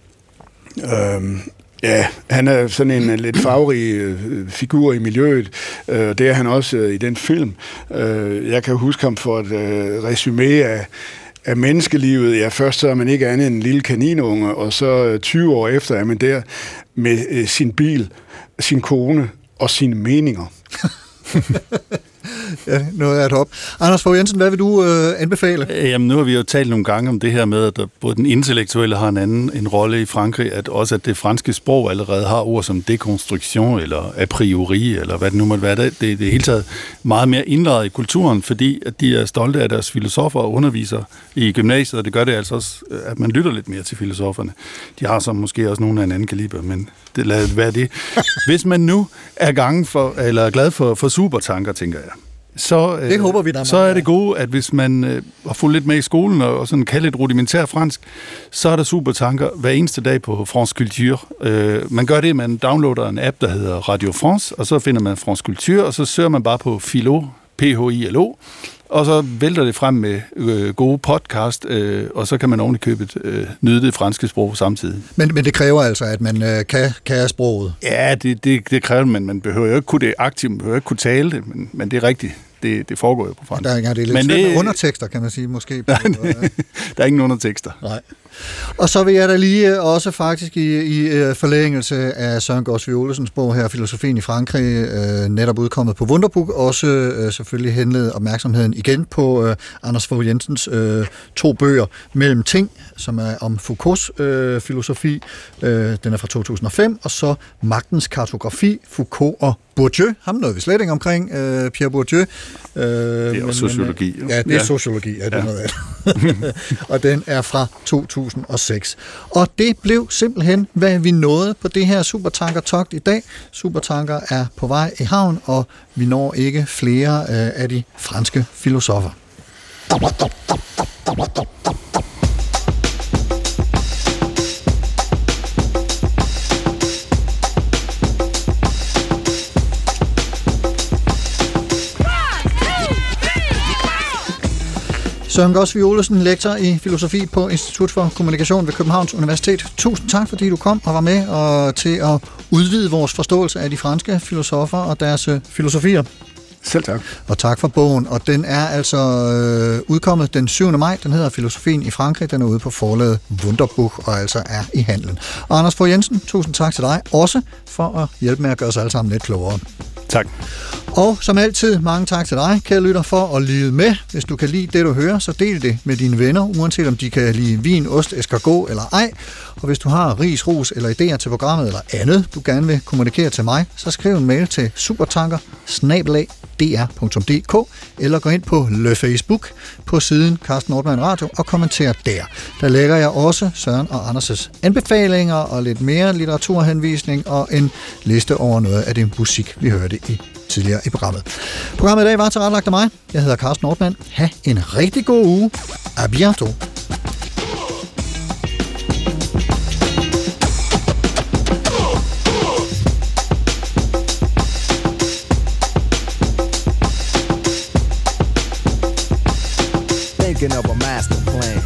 Øh, ja, han er sådan en lidt farverig øh, figur i miljøet, øh, det er han også øh, i den film. Øh, jeg kan huske ham for et øh, resumé af af menneskelivet. Ja, først så er man ikke andet end en lille kaninunge, og så tyve år efter er man der med øh, sin bil, sin kone og sine meninger. Ja, noget er et hop. Anders Fogh Jensen, hvad vil du øh, anbefale? Jamen, nu har vi jo talt nogle gange om det her med, at både den intellektuelle har en anden en rolle i Frankrig, at også at det franske sprog allerede har ord som dekonstruktion eller a priori, eller hvad det nu måtte være. Det, det er det hele taget meget mere indlejret i kulturen, fordi at de er stolte af deres filosofer og underviser i gymnasiet, og det gør det altså også, at man lytter lidt mere til filosoferne. De har så måske også nogen af en anden kaliber, men det lader det være det. Hvis man nu er gange for, eller glad for, for supertanker, tænker jeg, så, det håber vi, der så er det gode, at hvis man øh, har fulgt lidt med i skolen og, og sådan kan lidt rudimentær fransk, så er der supertanker hver eneste dag på France Culture. Øh, man gør det, man downloader en app, der hedder Radio France, og så finder man France Culture, og så søger man bare på Philo, P H I L O, og så vælter det frem med øh, gode podcast, øh, og så kan man ordentligt købet øh, nyde det franske sprog samtidig. Men, men det kræver altså, at man øh, kan, kan sproget? Ja, det, det, det kræver man. Man behøver jo ikke kunne det aktivt, man behøver ikke kunne tale det, men, men det er rigtigt. Det, det foregår jo på fransk. Der er, ja, det er lidt men det, med undertekster, kan man sige, måske. På, der er ingen undertekster. Nej. Og så vil jeg da lige også faktisk i, i forlængelse af Søren Gosvig Olesens bog her, Filosofien i Frankrig, øh, netop udkommet på Wunderbook, også øh, selvfølgelig henlede opmærksomheden igen på øh, Anders Fogh Jensens øh, to bøger, Mellem Ting, som er om Foucaults øh, filosofi. Øh, den er fra to tusind og fem, og så Magtens kartografi, Foucault og Bourdieu. Ham nåede vi slet ikke omkring, øh, Pierre Bourdieu. Øh, det er også sociologi. Men, ja, det er ja. sociologi, ja, det er ja. noget af det. Og den er fra to tusind og seks. Og det blev simpelthen, hvad vi nåede på det her Supertanker-togt i dag. Supertanker er på vej i havn, og vi når ikke flere øh, af de franske filosofer. Søren Gosvig Olesen, lektor i filosofi på Institut for Kommunikation ved Københavns Universitet. Tusind tak, fordi du kom og var med og til at udvide vores forståelse af de franske filosofer og deres filosofier. Selv tak. Og tak for bogen, og den er altså øh, udkommet den syvende maj. Den hedder Filosofien i Frankrig. Den er ude på forlaget Wunderbuch og altså er i handlen. Og Anders Fogh Jensen, tusind tak til dig også for at hjælpe med at gøre os alle sammen lidt klogere. Tak. Og som altid, mange tak til dig, kære lytter, for at lyde med. Hvis du kan lide det, du hører, så del det med dine venner, uanset om de kan lide vin, ost, escargot eller ej. Og hvis du har ris, ros eller idéer til programmet eller andet, du gerne vil kommunikere til mig, så skriv en mail til supertanker snabel-a d r punktum d k eller gå ind på Le Facebook på siden Carsten Nordmann Radio og kommenter der. Der lægger jeg også Søren og Anders' anbefalinger og lidt mere litteraturhenvisning og en liste over noget af det musik, vi hørte i tidligere i programmet. Programmet i dag var tilrettelagt af mig. Jeg hedder Carsten Nordmann. Ha' en rigtig god uge. A bientôt. Thinking of a master plan.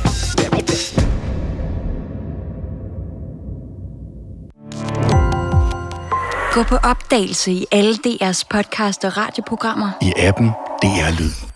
Gå på opdagelse i alle D R's podcast og radioprogrammer. I appen D R Lyd.